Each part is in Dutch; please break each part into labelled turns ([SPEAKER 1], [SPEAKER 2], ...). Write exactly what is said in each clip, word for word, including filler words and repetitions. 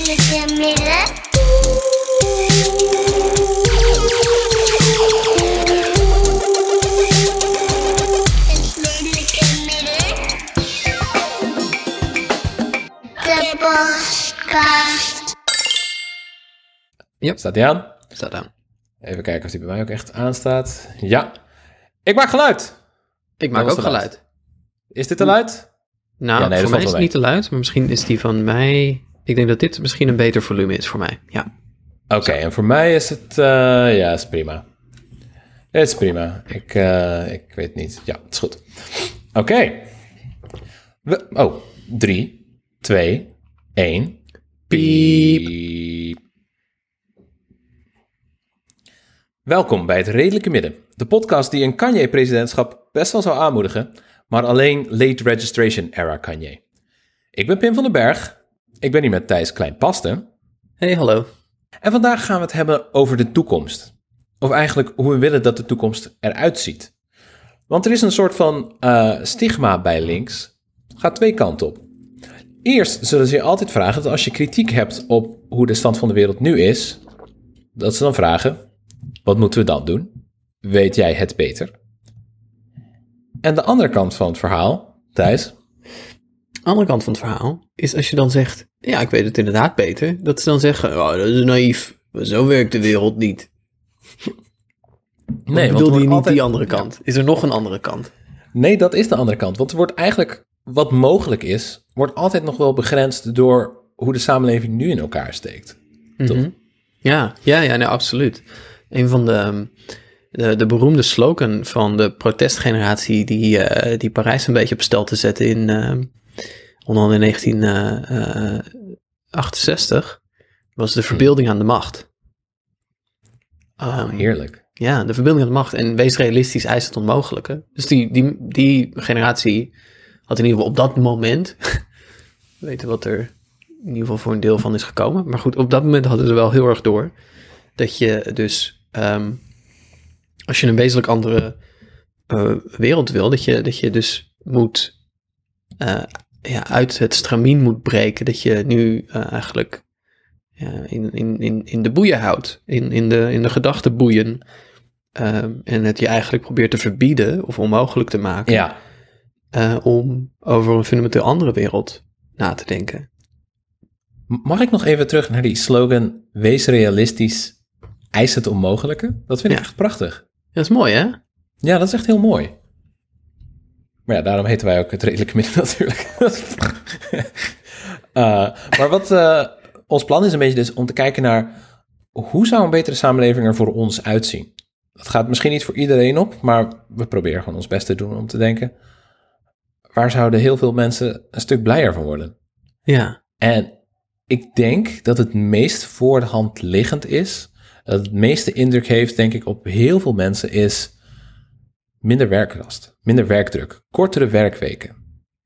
[SPEAKER 1] Redelijke midden. Het redelijke midden. De podcast.
[SPEAKER 2] Ja,
[SPEAKER 3] Staat die aan?
[SPEAKER 2] staat aan.
[SPEAKER 3] Even kijken of die bij mij ook echt aanstaat. Ja. Ik maak geluid.
[SPEAKER 2] Ik maak
[SPEAKER 3] was
[SPEAKER 2] ook
[SPEAKER 3] te luid.
[SPEAKER 2] geluid.
[SPEAKER 3] Is dit te luid?
[SPEAKER 2] Nou,
[SPEAKER 3] Ja, nee, dat
[SPEAKER 2] voor mij
[SPEAKER 3] valt
[SPEAKER 2] is
[SPEAKER 3] wel
[SPEAKER 2] het niet te luid, maar misschien is die van mij... Ik denk dat dit misschien een beter volume is voor mij. Ja.
[SPEAKER 3] Oké, en voor mij is het... uh, ja, is prima. Het is prima. Ik, uh, ik weet niet. Ja, het is goed. Oké. Okay. Oh, drie, twee, één. Piep. Welkom bij het Redelijke Midden. De podcast die een Kanye-presidentschap best wel zou aanmoedigen, maar alleen late registration era Kanye. Ik ben Pim van den Berg. Ik ben hier met Thijs Klein-Pasten.
[SPEAKER 2] Hey, hallo.
[SPEAKER 3] En vandaag gaan we het hebben over de toekomst. Of eigenlijk hoe we willen dat de toekomst eruit ziet. Want er is een soort van uh, stigma bij links. Het gaat twee kanten op. Eerst zullen ze je altijd vragen dat als je kritiek hebt op hoe de stand van de wereld nu is, dat ze dan vragen, wat moeten we dan doen? Weet jij het beter? En de andere kant van het verhaal, Thijs?
[SPEAKER 2] De andere kant van het verhaal is als je dan zegt... Ja, ik weet het inderdaad beter. Dat ze dan zeggen, oh, dat is naïef. Zo werkt de wereld niet.
[SPEAKER 3] Nee,
[SPEAKER 2] bedoelde je niet
[SPEAKER 3] altijd...
[SPEAKER 2] die andere kant? Is er nog een andere kant?
[SPEAKER 3] Nee, dat is de andere kant. Want er wordt eigenlijk, wat mogelijk is, wordt altijd nog wel begrensd door hoe de samenleving nu in elkaar steekt. Toch?
[SPEAKER 2] Mm-hmm. Ja, ja, ja, nee, absoluut. Een van de, de, de beroemde slogan van de protestgeneratie die, uh, die Parijs een beetje op stel te zetten in, uh, onder andere in negentien achtenzestig, was de verbeelding aan de macht.
[SPEAKER 3] Oh,
[SPEAKER 2] Um,
[SPEAKER 3] heerlijk.
[SPEAKER 2] Ja, de verbeelding aan de macht. En wees realistisch, eis het onmogelijke. Dus die, die, die generatie had in ieder geval op dat moment... weten wat er in ieder geval voor een deel van is gekomen. Maar goed, op dat moment hadden ze wel heel erg door... dat je dus... Um, als je een wezenlijk andere uh, wereld wil... Dat je, dat je dus moet... Uh, ja, uit het stramien moet breken... dat je nu uh, eigenlijk... Ja, in, in, in, in de boeien houdt, in, in, de, in de gedachtenboeien. Um, en het je eigenlijk probeert te verbieden of onmogelijk te maken.
[SPEAKER 3] Ja.
[SPEAKER 2] Uh, om over een fundamenteel andere wereld na te denken.
[SPEAKER 3] Mag ik nog even terug naar die slogan, wees realistisch, eis het onmogelijke? Dat vind
[SPEAKER 2] Ja.
[SPEAKER 3] ik echt prachtig.
[SPEAKER 2] Dat is mooi, hè?
[SPEAKER 3] Ja, dat is echt heel mooi. Maar ja, daarom heten wij ook het Redelijke Midden natuurlijk. uh, maar wat... Uh, Ons plan is een beetje dus om te kijken naar hoe zou een betere samenleving er voor ons uitzien. Dat gaat misschien niet voor iedereen op, maar we proberen gewoon ons best te doen om te denken, waar zouden heel veel mensen een stuk blijer van worden?
[SPEAKER 2] Ja.
[SPEAKER 3] En ik denk dat het meest voor de hand liggend is, dat het meeste indruk heeft, denk ik, op heel veel mensen is minder werklast, minder werkdruk, kortere werkweken.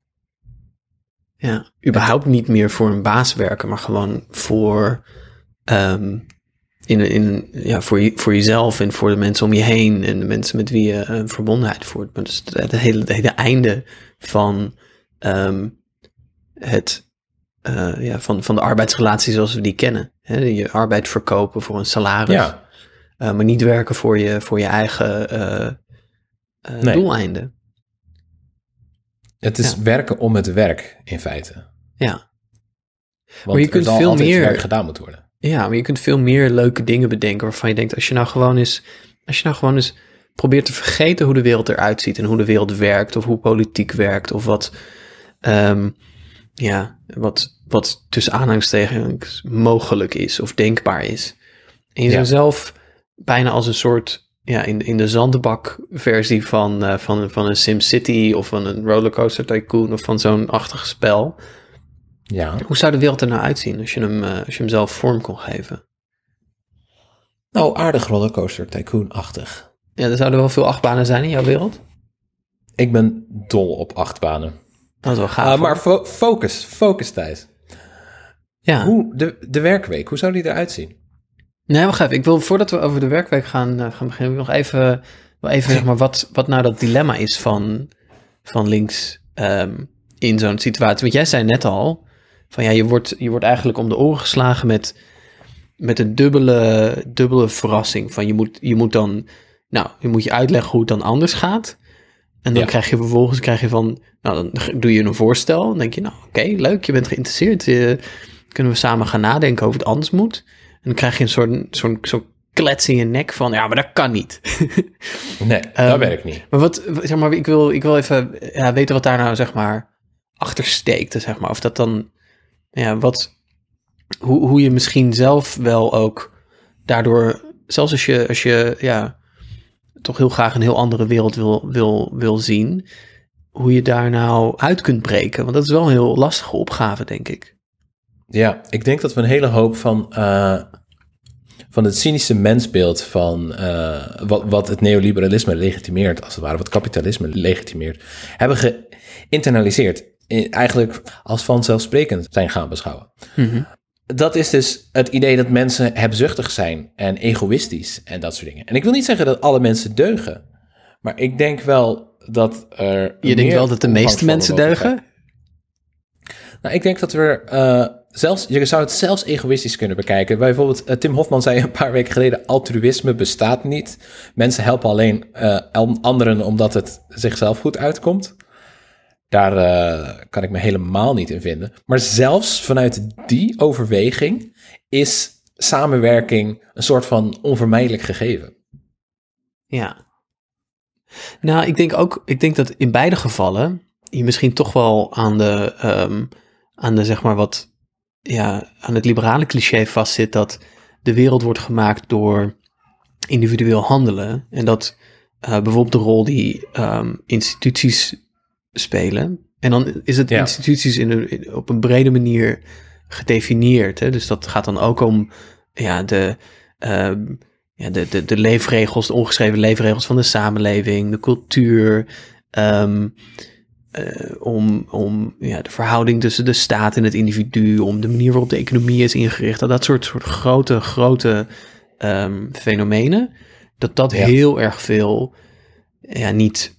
[SPEAKER 2] Ja, überhaupt niet meer voor een baas werken, maar gewoon voor, um, in, in, ja, voor, je, voor jezelf en voor de mensen om je heen en de mensen met wie je een verbondenheid voert. Maar dus het hele, het hele einde van, um, het, uh, ja, van, van de arbeidsrelatie zoals we die kennen. Hè? Je arbeid verkopen voor een salaris,
[SPEAKER 3] Ja.
[SPEAKER 2] uh, maar niet werken voor je, voor je eigen uh, uh,
[SPEAKER 3] Nee.
[SPEAKER 2] doeleinden.
[SPEAKER 3] Het is
[SPEAKER 2] Ja.
[SPEAKER 3] werken om het werk, in feite.
[SPEAKER 2] Ja.
[SPEAKER 3] Want
[SPEAKER 2] Maar je kunt
[SPEAKER 3] er zal
[SPEAKER 2] veel
[SPEAKER 3] altijd
[SPEAKER 2] meer-
[SPEAKER 3] werk gedaan moeten worden.
[SPEAKER 2] Ja, maar je kunt veel meer leuke dingen bedenken waarvan je denkt, als je nou gewoon eens, als je nou gewoon eens probeert te vergeten hoe de wereld eruit ziet en hoe de wereld werkt of hoe politiek werkt of wat, um, ja, wat, wat tussen aanhalingstekens mogelijk is of denkbaar is. En je
[SPEAKER 3] Ja.
[SPEAKER 2] zou zelf bijna als een soort, ja, in, in de zandbak versie van, uh, van, van een SimCity of van een Rollercoaster Tycoon of van zo'n achtig spel.
[SPEAKER 3] Ja.
[SPEAKER 2] Hoe zou de wereld er nou uitzien als je hem, uh, als je hem zelf vorm kon geven?
[SPEAKER 3] Nou, aardig rollercoaster, tycoon-achtig.
[SPEAKER 2] Ja, er zouden wel veel achtbanen zijn in jouw wereld.
[SPEAKER 3] Ik ben dol op achtbanen.
[SPEAKER 2] Dat is wel gaaf.
[SPEAKER 3] Uh,
[SPEAKER 2] hoor.
[SPEAKER 3] maar fo- focus, focus Thijs.
[SPEAKER 2] ja.
[SPEAKER 3] Hoe, de, de werkweek, hoe zou die eruit zien?
[SPEAKER 2] Nee, wacht even. Ik wil, voordat we over de werkweek gaan, uh, gaan beginnen, wil ik nog even, wel even zeg maar, wat, wat nou dat dilemma is van, van links um, in zo'n situatie. Want jij zei net al, van ja, je wordt, je wordt eigenlijk om de oren geslagen met, met een dubbele, dubbele verrassing. Van je moet, je moet dan, nou, je moet je uitleggen hoe het dan anders gaat. En dan
[SPEAKER 3] Ja.
[SPEAKER 2] krijg je vervolgens krijg je van, nou, dan doe je een voorstel. Dan denk je, nou, oké, okay, leuk, je bent geïnteresseerd. Uh, kunnen we samen gaan nadenken over het anders moet. En dan krijg je een soort, zo'n, zo'n klets in je nek van, ja, maar dat kan niet.
[SPEAKER 3] Nee, dat
[SPEAKER 2] Um,
[SPEAKER 3] werkt niet.
[SPEAKER 2] Maar wat, zeg maar, ik wil, ik wil even ja, weten wat daar nou, zeg maar, achter steekt, zeg maar. Of dat dan, ja, wat, hoe, hoe je misschien zelf wel ook daardoor, zelfs als je, als je, ja, toch heel graag een heel andere wereld wil, wil, wil zien, hoe je daar nou uit kunt breken. Want dat is wel een heel lastige opgave, denk ik.
[SPEAKER 3] Ja, ik denk dat we een hele hoop van, uh, van het cynische mensbeeld van uh, wat, wat het neoliberalisme legitimeert, als het ware, wat kapitalisme legitimeert, hebben geïnternaliseerd. Eigenlijk als vanzelfsprekend zijn gaan beschouwen.
[SPEAKER 2] Mm-hmm.
[SPEAKER 3] Dat is dus het idee dat mensen hebzuchtig zijn en egoïstisch en dat soort dingen. En ik wil niet zeggen dat alle mensen deugen, maar ik denk wel dat er...
[SPEAKER 2] Je denkt wel dat de meeste mensen deugen?
[SPEAKER 3] Nou, ik denk dat we uh, zelfs, je zou het zelfs egoïstisch kunnen bekijken. Bijvoorbeeld, uh, Tim Hofman zei een paar weken geleden, altruïsme bestaat niet. Mensen helpen alleen uh, anderen omdat het zichzelf goed uitkomt. Daar uh, kan ik me helemaal niet in vinden. Maar zelfs vanuit die overweging is samenwerking een soort van onvermijdelijk gegeven.
[SPEAKER 2] Ja. Nou, ik denk ook, ik denk dat in beide gevallen je misschien toch wel aan de, um, aan de zeg maar wat, ja, aan het liberale cliché vastzit dat de wereld wordt gemaakt door individueel handelen. En dat uh, bijvoorbeeld de rol die um, instituties spelen. En dan is het
[SPEAKER 3] ja.
[SPEAKER 2] instituties in een, op een brede manier gedefinieerd. Hè? Dus dat gaat dan ook om ja, de, uh, ja, de, de, de leefregels, de ongeschreven leefregels van de samenleving, de cultuur, um, uh, om, om ja, de verhouding tussen de staat en het individu, om de manier waarop de economie is ingericht, dat, dat soort, soort grote, grote um, fenomenen, dat dat ja. heel erg veel ja, niet...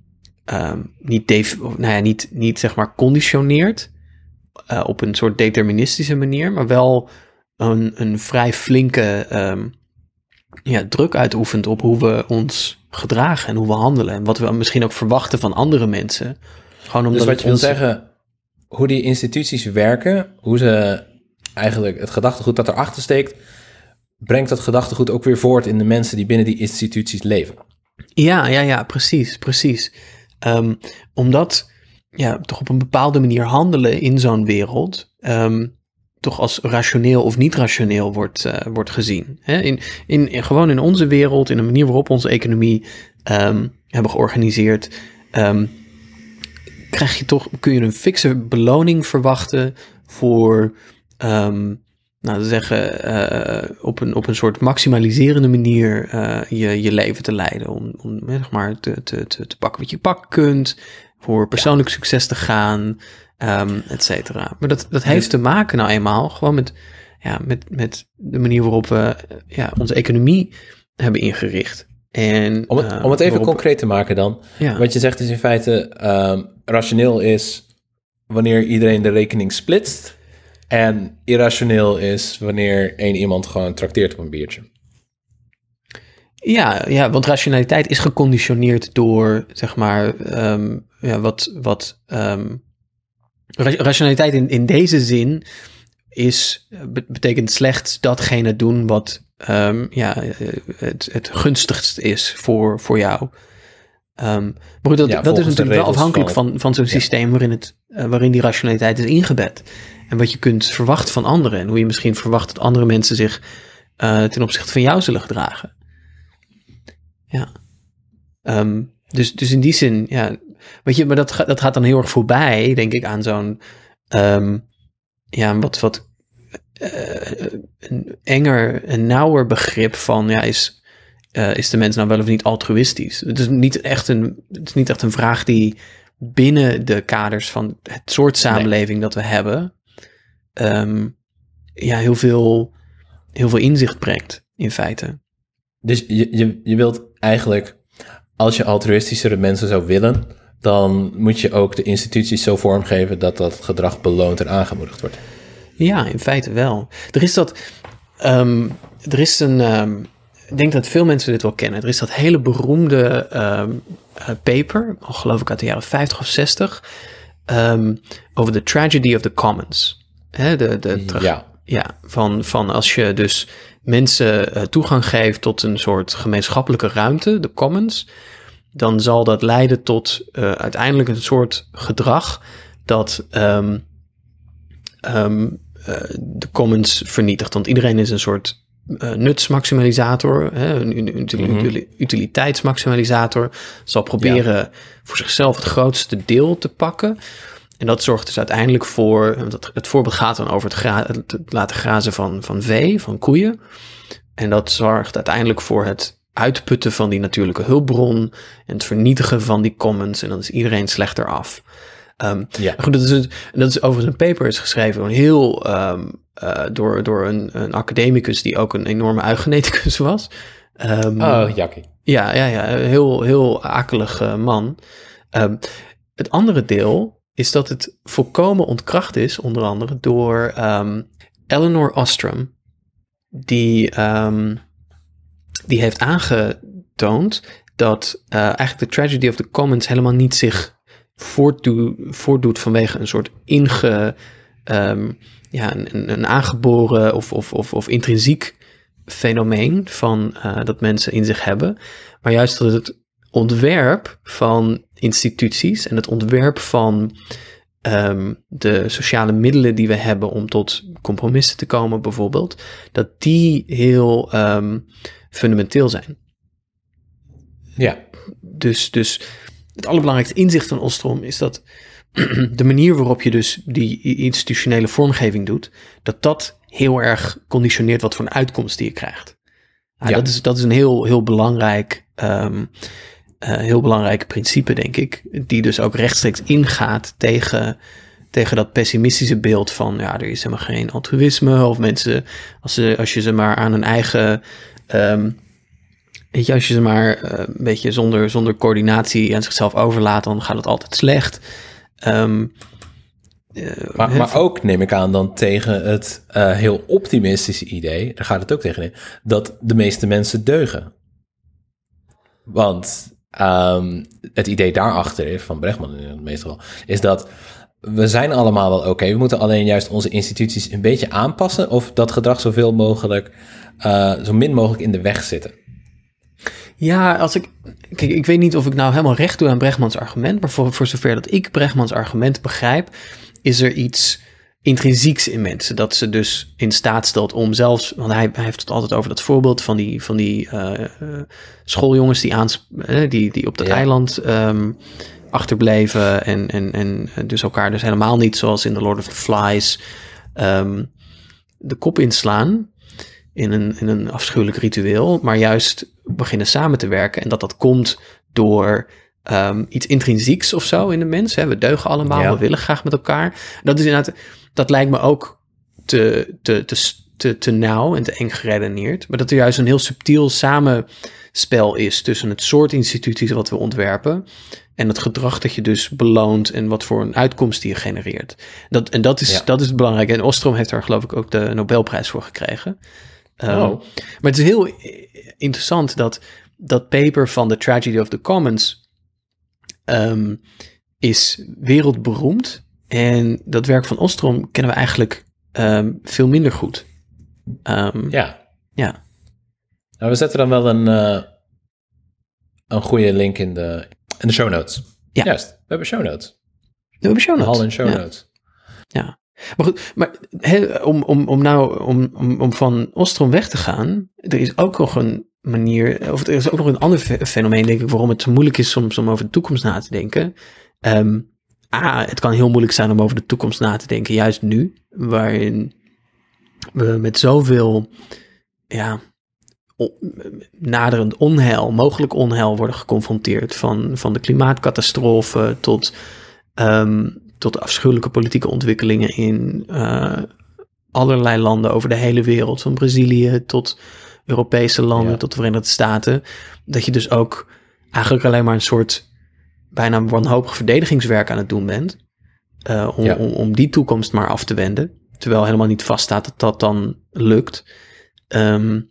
[SPEAKER 2] Um, niet, def- nou ja, niet, niet zeg maar conditioneert uh, op een soort deterministische manier, maar wel een, een vrij flinke um, ja, druk uitoefent op hoe we ons gedragen en hoe we handelen en wat we misschien ook verwachten van andere mensen. Gewoon omdat
[SPEAKER 3] dus wat je
[SPEAKER 2] ons...
[SPEAKER 3] wil zeggen, hoe die instituties werken, hoe ze eigenlijk het gedachtegoed dat erachter steekt, brengt dat gedachtegoed ook weer voort in de mensen die binnen die instituties leven.
[SPEAKER 2] Ja, ja, ja, precies, precies. Um, omdat ja, toch op een bepaalde manier handelen in zo'n wereld um, toch als rationeel of niet rationeel wordt, uh, wordt gezien. Hè? In, in, in, gewoon in onze wereld, in de manier waarop onze economie um, hebben georganiseerd, um, krijg je toch, kun je een fikse beloning verwachten voor, um, nou, te zeggen, uh, op, een, op een soort maximaliserende manier uh, je, je leven te leiden. Om, om zeg maar, te, te, te, te pakken wat je pakken kunt, voor persoonlijk ja. succes te gaan, um, et cetera. Maar dat, dat heeft dus te maken nou eenmaal gewoon met, ja, met, met de manier waarop we ja, onze economie hebben ingericht. En,
[SPEAKER 3] om, het,
[SPEAKER 2] uh,
[SPEAKER 3] om het even
[SPEAKER 2] waarop...
[SPEAKER 3] concreet te maken dan.
[SPEAKER 2] Ja.
[SPEAKER 3] Wat je zegt is in feite, um, rationeel is wanneer iedereen de rekening splitst. En irrationeel is wanneer één iemand gewoon trakteert op een biertje.
[SPEAKER 2] Ja, ja, want rationaliteit is geconditioneerd door, zeg maar, um, ja, wat, wat um, rationaliteit in, in deze zin is, betekent slechts datgene doen wat um, ja, het, het gunstigst is voor, voor jou. Um, maar goed, dat, ja, dat is natuurlijk wel afhankelijk van, van, van zo'n ja. systeem waarin, het, uh, waarin die rationaliteit is ingebed. En wat je kunt verwachten van anderen. En hoe je misschien verwacht dat andere mensen zich uh, ten opzichte van jou zullen gedragen. Ja. Um, dus, dus in die zin, ja. Weet je, maar dat, dat gaat dan heel erg voorbij, denk ik, aan zo'n... Um, ja, wat, wat uh, een enger, een nauwer begrip van... Ja, is, uh, is de mens nou wel of niet altruïstisch? Het is niet echt een, het is niet echt een vraag die binnen de kaders van het soort samenleving nee. dat we hebben... Um, ja, heel veel, heel veel inzicht brengt, in feite.
[SPEAKER 3] Dus je, je, je wilt eigenlijk, als je altruïstischere mensen zou willen, dan moet je ook de instituties zo vormgeven dat dat gedrag beloond en aangemoedigd wordt.
[SPEAKER 2] Ja, in feite wel. Er is dat... Um, er is een... Um, ik denk dat veel mensen dit wel kennen. Er is dat hele beroemde um, uh, paper, al geloof ik uit de jaren vijftig of zestig, um, over the tragedy of the commons. Hè, de, de tra-
[SPEAKER 3] ja.
[SPEAKER 2] Ja, van, van als je dus mensen uh, toegang geeft tot een soort gemeenschappelijke ruimte, de commons, dan zal dat leiden tot uh, uiteindelijk een soort gedrag dat um, um, uh, de commons vernietigt. Want iedereen is een soort uh, nutsmaximalisator, hè, een util-
[SPEAKER 3] Mm-hmm.
[SPEAKER 2] utiliteitsmaximalisator, zal proberen ja. voor zichzelf het grootste deel te pakken. En dat zorgt dus uiteindelijk voor, het voorbeeld gaat dan over het, gra- het laten grazen van, van vee, van koeien. En dat zorgt uiteindelijk voor het uitputten van die natuurlijke hulpbron en het vernietigen van die commons. En dan is iedereen slechter af. Um,
[SPEAKER 3] ja.
[SPEAKER 2] Goed, dat is, het, dat is overigens een paper is geschreven door, heel, um, uh, door, door een, een academicus die ook een enorme eugeneticus was. Um,
[SPEAKER 3] oh, jakkie.
[SPEAKER 2] Ja, ja, ja, heel, heel akelig uh, man. Um, het andere deel is dat het volkomen ontkracht is, onder andere door um, Elinor Ostrom, die, um, die heeft aangetoond dat uh, eigenlijk de tragedy of the commons helemaal niet zich voortdoet, voortdoet vanwege een soort inge, um, ja, een, een aangeboren of, of, of, of intrinsiek fenomeen van uh, dat mensen in zich hebben, maar juist dat het ontwerp van instituties en het ontwerp van um, de sociale middelen die we hebben om tot compromissen te komen bijvoorbeeld, dat die heel um, fundamenteel zijn.
[SPEAKER 3] Ja.
[SPEAKER 2] Dus, dus het allerbelangrijkste inzicht van Ostrom is dat de manier waarop je dus die institutionele vormgeving doet, dat dat heel erg conditioneert wat voor een uitkomst die je krijgt. Nou, ja. dat, is, dat is een heel, heel belangrijk um, Uh, heel belangrijk principe, denk ik, die dus ook rechtstreeks ingaat tegen, tegen dat pessimistische beeld van, ja, er is helemaal geen altruïsme, of mensen, als, ze, als je ze maar aan hun eigen, um, weet je, als je ze maar uh, een beetje zonder, zonder coördinatie aan zichzelf overlaat, dan gaat het altijd slecht. Um,
[SPEAKER 3] uh, maar, maar ook, neem ik aan, dan tegen het uh, heel optimistische idee, daar gaat het ook tegen in, dat de meeste mensen deugen. Want Um, het idee daarachter, van Bregman meestal, is dat we zijn allemaal wel oké. Okay. We moeten alleen juist onze instituties een beetje aanpassen of dat gedrag zoveel mogelijk, uh, zo min mogelijk in de weg zitten.
[SPEAKER 2] Ja, als ik, kijk, ik weet niet of ik nou helemaal recht doe aan Bregmans argument, maar voor, voor zover dat ik Bregmans argument begrijp, is er iets intrinsieks in mensen, dat ze dus in staat stelt om zelfs, want hij, hij heeft het altijd over dat voorbeeld van die, van die uh, uh, schooljongens die, aans, uh, die, die op dat ja. eiland um, achterbleven en, en, en dus elkaar dus helemaal niet zoals in The Lord of the Flies um, de kop inslaan in een, in een afschuwelijk ritueel, maar juist beginnen samen te werken en dat dat komt door um, iets intrinsieks of zo in de mens. Hè? We deugen allemaal, ja. we willen graag met elkaar. Dat is inderdaad, dat lijkt me ook te, te, te, te, te nauw en te eng geredeneerd. Maar dat er juist een heel subtiel samenspel is tussen het soort instituties wat we ontwerpen en het gedrag dat je dus beloont en wat voor een uitkomst die je genereert. Dat, en dat is, ja. dat is het belangrijke. En Ostrom heeft daar geloof ik ook de Nobelprijs voor gekregen. Um, oh. Maar het is heel interessant dat dat paper van The Tragedy of the Commons um, is wereldberoemd. En dat werk van Ostrom kennen we eigenlijk um, veel minder goed. Um,
[SPEAKER 3] ja.
[SPEAKER 2] Ja.
[SPEAKER 3] Nou, we zetten dan wel een, uh, een goede link in de, in de show notes.
[SPEAKER 2] Ja.
[SPEAKER 3] Juist, we hebben show notes.
[SPEAKER 2] We hebben show notes.
[SPEAKER 3] Al in show
[SPEAKER 2] ja.
[SPEAKER 3] notes.
[SPEAKER 2] Ja. Maar goed, maar he, om, om, om nou om, om, om van Ostrom weg te gaan, er is ook nog een manier, of er is ook nog een ander fenomeen, denk ik, waarom het zo moeilijk is soms om over de toekomst na te denken. Um, ah, het kan heel moeilijk zijn om over de toekomst na te denken, juist nu, waarin we met zoveel, ja, naderend onheil, mogelijk onheil worden geconfronteerd, van, van de klimaatcatastrofe tot um, tot de afschuwelijke politieke ontwikkelingen in uh, allerlei landen over de hele wereld, van Brazilië tot Europese landen, ja. tot de Verenigde Staten, dat je dus ook eigenlijk alleen maar een soort bijna wanhopig verdedigingswerk aan het doen bent. Uh, om,
[SPEAKER 3] ja.
[SPEAKER 2] om, om die toekomst maar af te wenden. Terwijl helemaal niet vaststaat dat dat dan lukt. Um,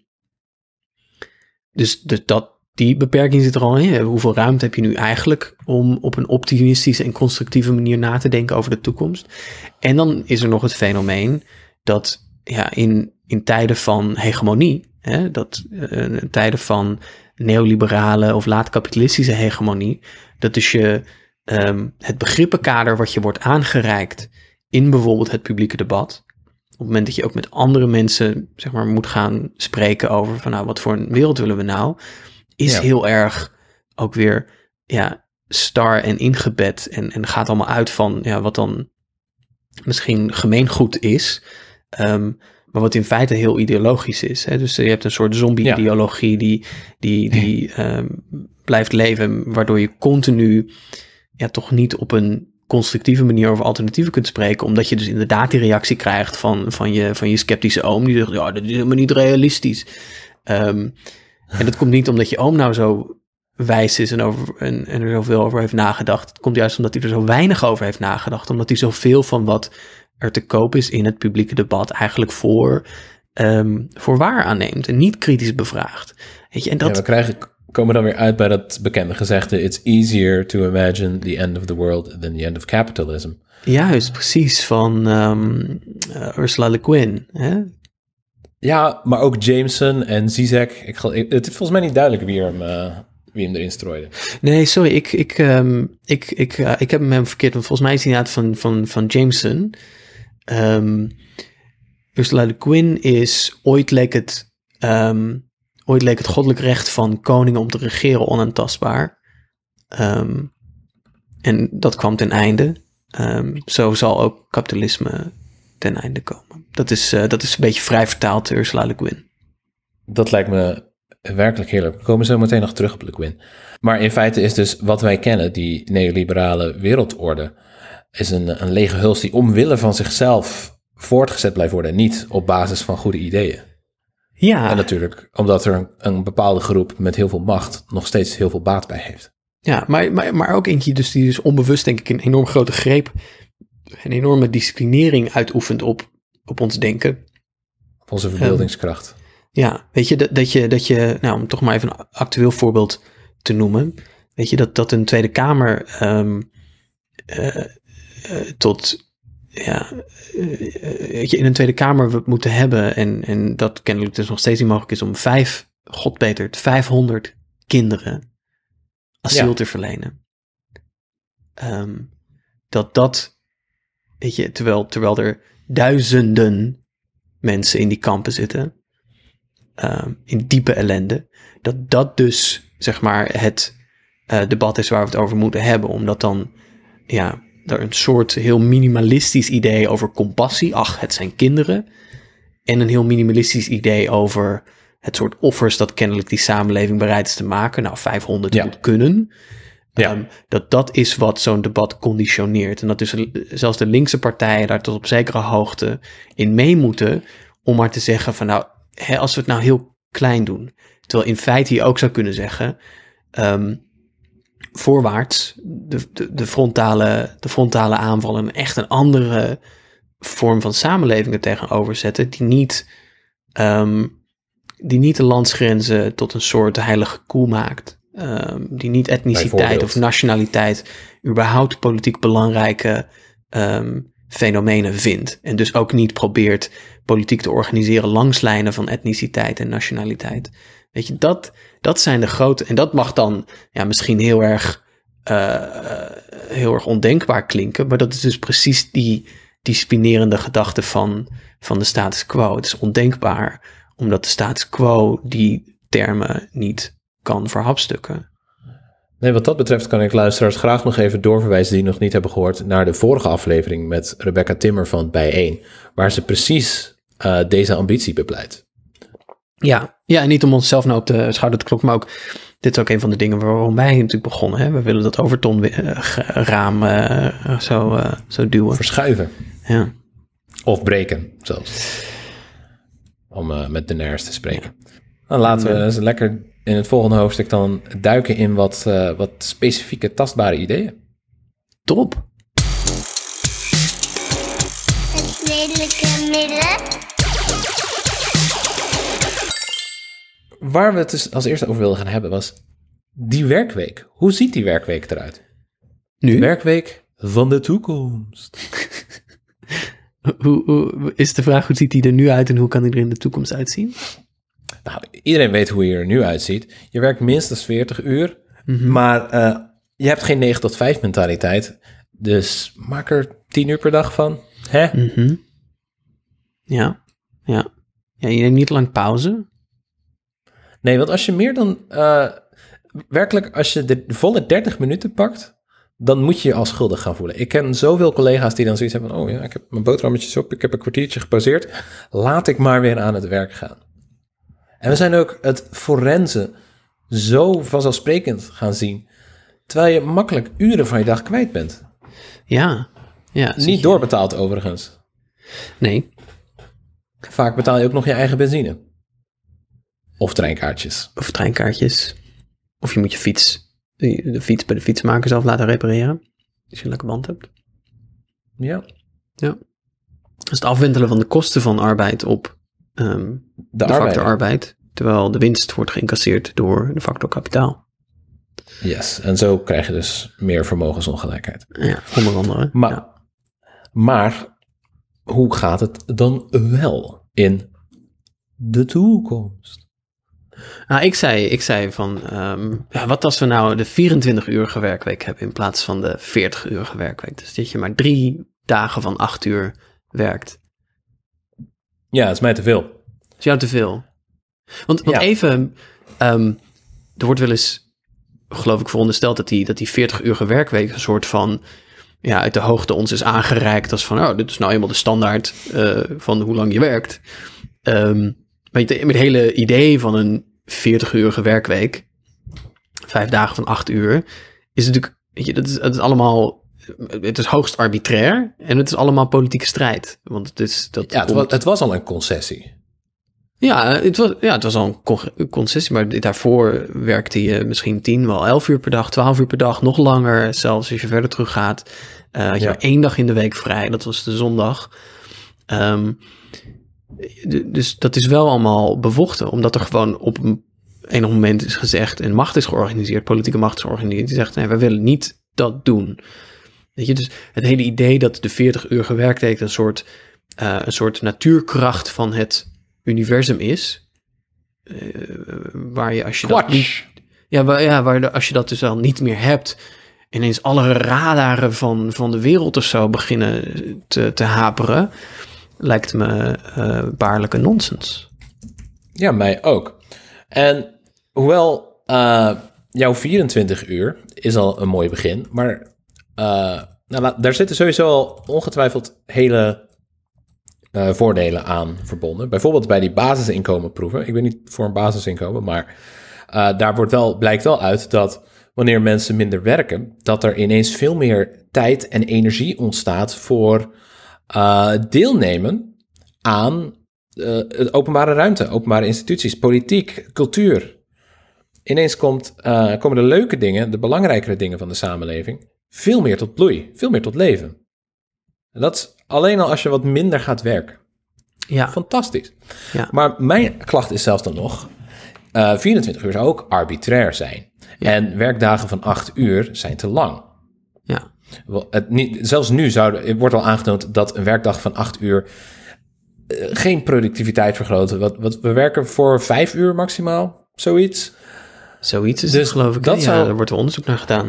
[SPEAKER 2] dus, dus dat, die beperking zit er al in. Hoeveel ruimte heb je nu eigenlijk om op een optimistische en constructieve manier na te denken over de toekomst? En dan is er nog het fenomeen dat ja, in, in tijden van hegemonie, hè, dat uh, in tijden van neoliberale of laat-kapitalistische hegemonie, dat dus je um, het begrippenkader wat je wordt aangereikt in bijvoorbeeld het publieke debat, op het moment dat je ook met andere mensen zeg maar moet gaan spreken over van nou, wat voor een wereld willen we nou, is ja. heel erg ook weer ja, star en ingebed en, en gaat allemaal uit van ja, wat dan misschien gemeengoed is, um, maar wat in feite heel ideologisch is. Hè? Dus je hebt een soort zombie-ideologie ja. die, die, die um, blijft leven, waardoor je continu ja, toch niet op een constructieve manier over alternatieven kunt spreken, omdat je dus inderdaad die reactie krijgt van, van, je, van je sceptische oom, die zegt, ja, dat is helemaal niet realistisch. Um, en dat komt niet omdat je oom nou zo wijs is en, over, en, en er zoveel over heeft nagedacht. Het komt juist omdat hij er zo weinig over heeft nagedacht, omdat hij zoveel van wat er te koop is in het publieke debat eigenlijk voor, um, voor waar aanneemt en niet kritisch bevraagt. Weet je, en dat...
[SPEAKER 3] Ja, we krijgen, komen dan weer uit bij dat bekende gezegde, it's easier to imagine the end of the world than the end of capitalism.
[SPEAKER 2] Juist, precies, van um, uh, Ursula Le Guin. Hè?
[SPEAKER 3] Ja, maar ook Jameson en Zizek. Ik, ik, het is volgens mij niet duidelijk wie hem, uh, wie hem erin strooide.
[SPEAKER 2] Nee, sorry, ik, ik, um, ik, ik, uh, ik heb hem verkeerd, want volgens mij is hij inderdaad van, van, van Jameson. Um, Ursula Le Guin is, ooit leek het, um, ooit leek het goddelijk recht van koningen om te regeren onaantastbaar. Um, en dat kwam ten einde. Um, zo zal ook kapitalisme ten einde komen. Dat is, uh, dat is een beetje vrij vertaald, Ursula Le Guin.
[SPEAKER 3] Dat lijkt me werkelijk heerlijk. We komen zo meteen nog terug op Le Guin. Maar in feite is dus wat wij kennen, die neoliberale wereldorde, is een, een lege huls die omwille van zichzelf voortgezet blijft worden, niet op basis van goede ideeën.
[SPEAKER 2] Ja.
[SPEAKER 3] En natuurlijk omdat er een, een bepaalde groep met heel veel macht nog steeds heel veel baat bij heeft.
[SPEAKER 2] Ja, maar, maar, maar ook eentje dus die dus onbewust denk ik een enorm grote greep, een enorme disciplinering uitoefent op, op ons denken.
[SPEAKER 3] Op onze verbeeldingskracht. Um,
[SPEAKER 2] ja, weet je, dat, dat je, dat je, nou om toch maar even een actueel voorbeeld te noemen, weet je, dat, dat een Tweede Kamer um, uh, uh, tot, ja, uh, weet je, in een Tweede Kamer we moeten hebben, en, en dat kennelijk dus nog steeds niet mogelijk is om vijf, god beter, vijfhonderd kinderen asiel ja. te verlenen. Um, dat dat, weet je, terwijl, terwijl er duizenden mensen in die kampen zitten, um, in diepe ellende, dat dat dus, zeg maar, het uh, debat is waar we het over moeten hebben, omdat dan, ja, er een soort heel minimalistisch idee over compassie, ach, het zijn kinderen, en een heel minimalistisch idee over het soort offers dat kennelijk die samenleving bereid is te maken. Nou, vijfhonderd ja. moet kunnen. Ja. Um, dat dat is wat zo'n debat conditioneert. En dat dus zelfs de linkse partijen daar tot op zekere hoogte in mee moeten, om maar te zeggen van nou, hè, als we het nou heel klein doen. Terwijl in feite je ook zou kunnen zeggen, um, voorwaarts, de, de, de, frontale, de frontale aanvallen, echt een andere vorm van samenleving er tegenover zetten, die niet, um, die niet de landsgrenzen tot een soort heilige koe maakt. Um, die niet etniciteit of nationaliteit überhaupt politiek belangrijke um, fenomenen vindt. En dus ook niet probeert politiek te organiseren langs lijnen van etniciteit en nationaliteit. Weet je, dat, dat zijn de grote... En dat mag dan ja, misschien heel erg, uh, heel erg ondenkbaar klinken, maar dat is dus precies die disciplinerende gedachte van, van de status quo. Het is ondenkbaar, omdat de status quo die termen niet kan verhapstukken.
[SPEAKER 3] Nee, wat dat betreft kan ik luisteraars graag nog even doorverwijzen die nog niet hebben gehoord naar de vorige aflevering met Rebecca Timmer van Bijeen, waar ze precies uh, deze ambitie bepleit.
[SPEAKER 2] Ja, ja, en niet om onszelf nou op de schouder te kloppen, maar ook, dit is ook een van de dingen waarom wij natuurlijk begonnen. Hè? We willen dat Overton-raam uh, zo, uh, zo duwen.
[SPEAKER 3] Verschuiven.
[SPEAKER 2] Ja.
[SPEAKER 3] Of breken, zelfs. Om uh, met Daenerys te spreken. Ja. Dan laten we eens lekker in het volgende hoofdstuk dan duiken in wat, uh, wat specifieke tastbare ideeën.
[SPEAKER 2] Top.
[SPEAKER 1] Het stedelijke midden.
[SPEAKER 3] Waar we het dus als eerste over wilden gaan hebben was die werkweek. Hoe ziet die werkweek eruit?
[SPEAKER 2] Nu?
[SPEAKER 3] De werkweek van de toekomst.
[SPEAKER 2] Hoe, hoe, is de vraag, hoe ziet die er nu uit en hoe kan die er in de toekomst uitzien?
[SPEAKER 3] Nou, iedereen weet hoe je er nu uitziet. Je werkt minstens veertig uur, mm-hmm. maar uh, je hebt geen negen tot vijf mentaliteit. Dus maak er tien uur per dag van. Hè?
[SPEAKER 2] Mm-hmm. Ja, ja. Ja, je neemt niet lang pauze.
[SPEAKER 3] Nee, want als je meer dan... Uh, werkelijk, als je de volle dertig minuten pakt, dan moet je je al schuldig gaan voelen. Ik ken zoveel collega's die dan zoiets hebben van, oh ja, ik heb mijn boterhammetjes op, ik heb een kwartiertje gepauzeerd, laat ik maar weer aan het werk gaan. En we zijn ook het forensen zo vanzelfsprekend gaan zien, terwijl je makkelijk uren van je dag kwijt bent.
[SPEAKER 2] Ja. ja
[SPEAKER 3] Niet doorbetaald overigens.
[SPEAKER 2] Nee.
[SPEAKER 3] Vaak betaal je ook nog je eigen benzine. Of treinkaartjes.
[SPEAKER 2] Of treinkaartjes. Of je moet je fiets, de, de fiets bij de fietsmaker zelf laten repareren. Als je een lekker band hebt.
[SPEAKER 3] Ja.
[SPEAKER 2] Ja. Dus het afwentelen van de kosten van arbeid op um, de, de factor arbeid. Terwijl de winst wordt geïncasseerd door de factor kapitaal.
[SPEAKER 3] Yes, en zo krijg je dus meer vermogensongelijkheid.
[SPEAKER 2] Ja, onder andere.
[SPEAKER 3] Maar,
[SPEAKER 2] ja.
[SPEAKER 3] maar hoe gaat het dan wel in de toekomst?
[SPEAKER 2] Nou, ik zei, ik zei van, um, ja, wat als we nou de vierentwintig-urige werkweek hebben in plaats van de veertig-urige werkweek? Dus dat je maar drie dagen van acht uur werkt.
[SPEAKER 3] Ja, dat is mij te veel.
[SPEAKER 2] Dat is jou te veel. Want, want ja. even, um, er wordt wel eens, geloof ik, verondersteld dat die, dat die veertig-urige werkweek een soort van, ja, uit de hoogte ons is aangereikt als van, oh, dit is nou eenmaal de standaard uh, van hoe lang je werkt. Um, Met het hele idee van een veertig-urige werkweek, vijf dagen van acht uur, is natuurlijk, weet je, dat is, het is allemaal, het is hoogst arbitrair en het is allemaal politieke strijd. Want het is dat.
[SPEAKER 3] Ja, het, komt... was, het was al een concessie.
[SPEAKER 2] Ja, het was, ja, het was al een concessie, maar daarvoor werkte je misschien tien, wel elf uur per dag, twaalf uur per dag, nog langer, zelfs als je verder terug gaat. Uh, had je ja. maar één dag in de week vrij, dat was de zondag. Um, Dus dat is wel allemaal bevochten, omdat er gewoon op een enig moment is gezegd en macht is georganiseerd, politieke macht is georganiseerd, die zegt, nee, wij willen niet dat doen. Weet je, dus het hele idee dat de veertig-urige werkweek een soort, uh, een soort natuurkracht van het universum is, uh, waar je als je
[SPEAKER 3] Quatsch.
[SPEAKER 2] dat niet, ja, waar, ja, waar de, als je dat dus al niet meer hebt, ineens alle radaren van, van de wereld of zo beginnen te, te haperen, lijkt me uh, baarlijke nonsens. Ja,
[SPEAKER 3] mij ook. En hoewel uh, jouw vierentwintig uur is al een mooi begin, maar uh, nou, daar zitten sowieso al ongetwijfeld hele uh, voordelen aan verbonden. Bijvoorbeeld bij die basisinkomenproeven. Ik ben niet voor een basisinkomen, maar uh, daar wordt wel, blijkt wel uit dat wanneer mensen minder werken, dat er ineens veel meer tijd en energie ontstaat voor Uh, deelnemen aan uh, de openbare ruimte, openbare instituties, politiek, cultuur. Ineens komt, uh, komen de leuke dingen, de belangrijkere dingen van de samenleving, veel meer tot bloei, veel meer tot leven. En dat is alleen al als je wat minder gaat werken.
[SPEAKER 2] Ja.
[SPEAKER 3] Fantastisch.
[SPEAKER 2] Ja. Maar
[SPEAKER 3] mijn klacht is zelfs dan nog, uh, vierentwintig uur zou ook arbitrair zijn. Ja. En werkdagen van acht uur zijn te lang.
[SPEAKER 2] Ja.
[SPEAKER 3] Het niet, zelfs nu zou, het wordt al aangetoond dat een werkdag van acht uur uh, geen productiviteit vergroten. Wat, wat, we werken voor vijf uur maximaal, zoiets.
[SPEAKER 2] Zoiets is dus het, geloof ik. Dat ja, zou, er wordt wel onderzoek naar gedaan.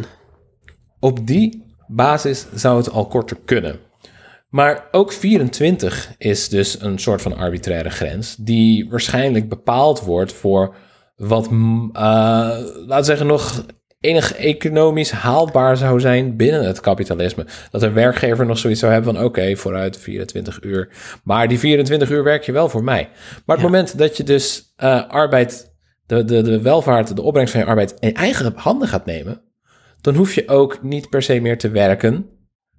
[SPEAKER 3] Op die basis zou het al korter kunnen. Maar ook vierentwintig is dus een soort van arbitraire grens, die waarschijnlijk bepaald wordt voor wat, uh, laten we zeggen, nog enig economisch haalbaar zou zijn binnen het kapitalisme. Dat een werkgever nog zoiets zou hebben van, oké, okay, vooruit vierentwintig uur. Maar die vierentwintig uur werk je wel voor mij. Maar op het ja. moment dat je dus uh, arbeid, de, de, de welvaart, de opbrengst van je arbeid in eigen handen gaat nemen, dan hoef je ook niet per se meer te werken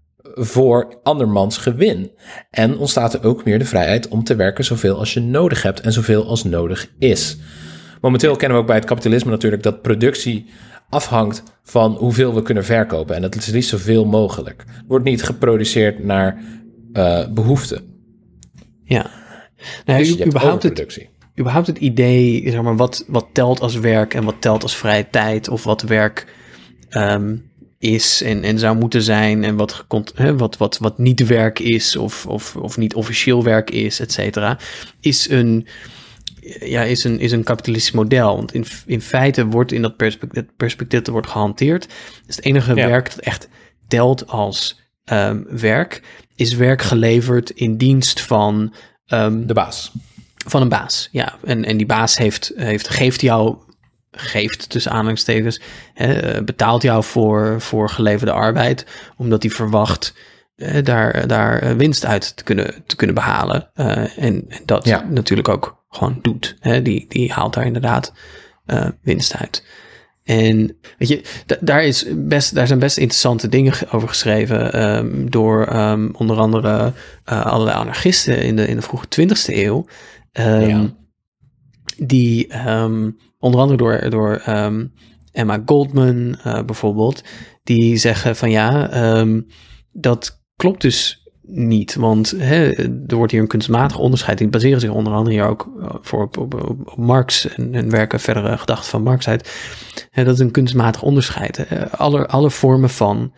[SPEAKER 3] voor andermans gewin. En ontstaat er ook meer de vrijheid om te werken zoveel als je nodig hebt en zoveel als nodig is. Momenteel kennen we ook bij het kapitalisme natuurlijk dat productie afhangt van hoeveel we kunnen verkopen. En dat is liefst zoveel mogelijk. Er wordt niet geproduceerd naar uh, behoefte.
[SPEAKER 2] Ja. Nou,
[SPEAKER 3] Dus
[SPEAKER 2] u,
[SPEAKER 3] je hebt
[SPEAKER 2] überhaupt, het,
[SPEAKER 3] overproductie.
[SPEAKER 2] überhaupt het idee, zeg maar, wat, wat telt als werk en wat telt als vrije tijd, of wat werk um, is en, en zou moeten zijn en wat, gekont- hè, wat, wat, wat niet werk is of, of, of niet officieel werk is, et cetera, is een, ja, is een, is een kapitalistisch model. Want in, in feite wordt in dat perspectief, perspectief dat wordt gehanteerd, is het enige
[SPEAKER 3] Ja.
[SPEAKER 2] werk dat echt telt als um, werk, is werk geleverd in dienst van um,
[SPEAKER 3] De baas.
[SPEAKER 2] van een baas, ja. En, en die baas heeft, heeft, geeft jou, geeft tussen aanhalingstekens, hè, betaalt jou voor, voor geleverde arbeid, omdat hij verwacht eh, daar, daar winst uit te kunnen, te kunnen behalen. Uh, en, en dat
[SPEAKER 3] Ja.
[SPEAKER 2] natuurlijk ook gewoon doet. Hè. Die, die haalt daar inderdaad uh, winst uit. En weet je, d- daar, is best, daar zijn best interessante dingen ge- over geschreven um, door um, onder andere uh, allerlei anarchisten in de, in de vroege twintigste eeuw. Um,
[SPEAKER 3] Ja.
[SPEAKER 2] Die um, onder andere door, door um, Emma Goldman uh, bijvoorbeeld, die zeggen van ja, um, dat klopt dus niet, want hè, er wordt hier een kunstmatig onderscheid. Die baseren zich onder andere hier ook voor op, op, op, op Marx en, en werken verdere gedachten van Marx uit. Hè, dat is een kunstmatig onderscheid. Hè. Alle, alle vormen van,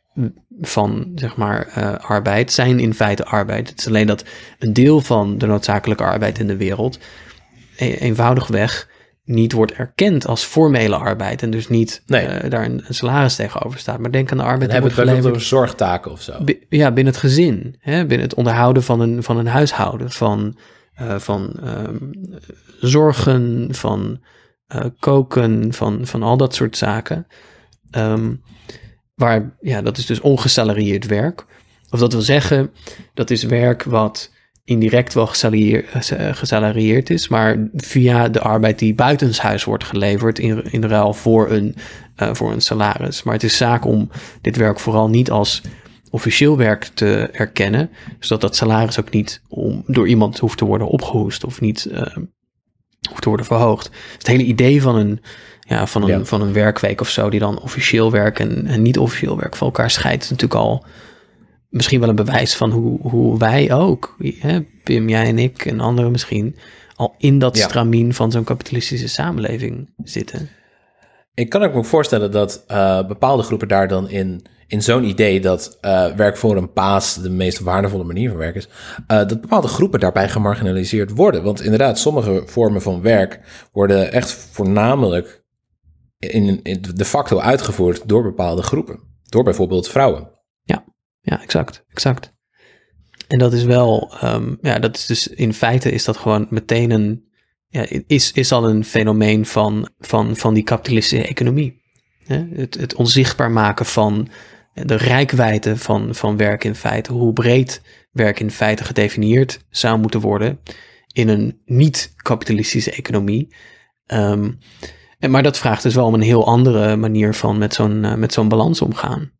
[SPEAKER 2] van zeg maar uh, arbeid zijn in feite arbeid. Het is alleen dat een deel van de noodzakelijke arbeid in de wereld e- eenvoudigweg niet wordt erkend als formele arbeid en dus niet
[SPEAKER 3] Nee.
[SPEAKER 2] uh, daar een, een salaris tegenover staat. Maar denk aan de arbeid
[SPEAKER 3] Dan
[SPEAKER 2] die
[SPEAKER 3] hebben we
[SPEAKER 2] wordt
[SPEAKER 3] het bijvoorbeeld
[SPEAKER 2] geleverd
[SPEAKER 3] over zorgtaken of zo.
[SPEAKER 2] Bi- ja, binnen het gezin, hè, binnen het onderhouden van een, van een huishouden, van, uh, van um, zorgen, van uh, koken, van, van al dat soort zaken. Um, waar, ja, dat is dus ongesalarieerd werk. Of dat wil zeggen, dat is werk wat indirect wel gesalarier, gesalarieerd is, maar via de arbeid die buitenshuis wordt geleverd in, in ruil voor een, uh, voor een salaris. Maar het is zaak om dit werk vooral niet als officieel werk te erkennen, zodat dat salaris ook niet om, door iemand hoeft te worden opgehoest of niet uh, hoeft te worden verhoogd. Dus het hele idee van een, ja, van een,
[SPEAKER 3] Ja.
[SPEAKER 2] van een werkweek of zo, die dan officieel werk en, en niet officieel werk van elkaar scheidt, is natuurlijk al misschien wel een bewijs van hoe, hoe wij ook, hè, Pim, jij en ik en anderen misschien, al in dat
[SPEAKER 3] Ja.
[SPEAKER 2] stramien van zo'n kapitalistische samenleving zitten. Ik
[SPEAKER 3] kan ook me voorstellen dat uh, bepaalde groepen daar dan in, in zo'n idee dat uh, werk voor een baas de meest waardevolle manier van werken is, uh, dat bepaalde groepen daarbij gemarginaliseerd worden. Want inderdaad, sommige vormen van werk worden echt voornamelijk in, in de facto uitgevoerd door bepaalde groepen. Door bijvoorbeeld vrouwen.
[SPEAKER 2] Ja, ja, exact, exact. En dat is wel, um, ja, dat is dus in feite is dat gewoon meteen een, ja, is, is al een fenomeen van, van, van die kapitalistische economie. Hè? Het, het onzichtbaar maken van de reikwijdte van, van werk in feite, hoe breed werk in feite gedefinieerd zou moeten worden in een niet-kapitalistische economie. Um, en, maar dat vraagt dus wel om een heel andere manier van met zo'n, uh, met zo'n balans omgaan.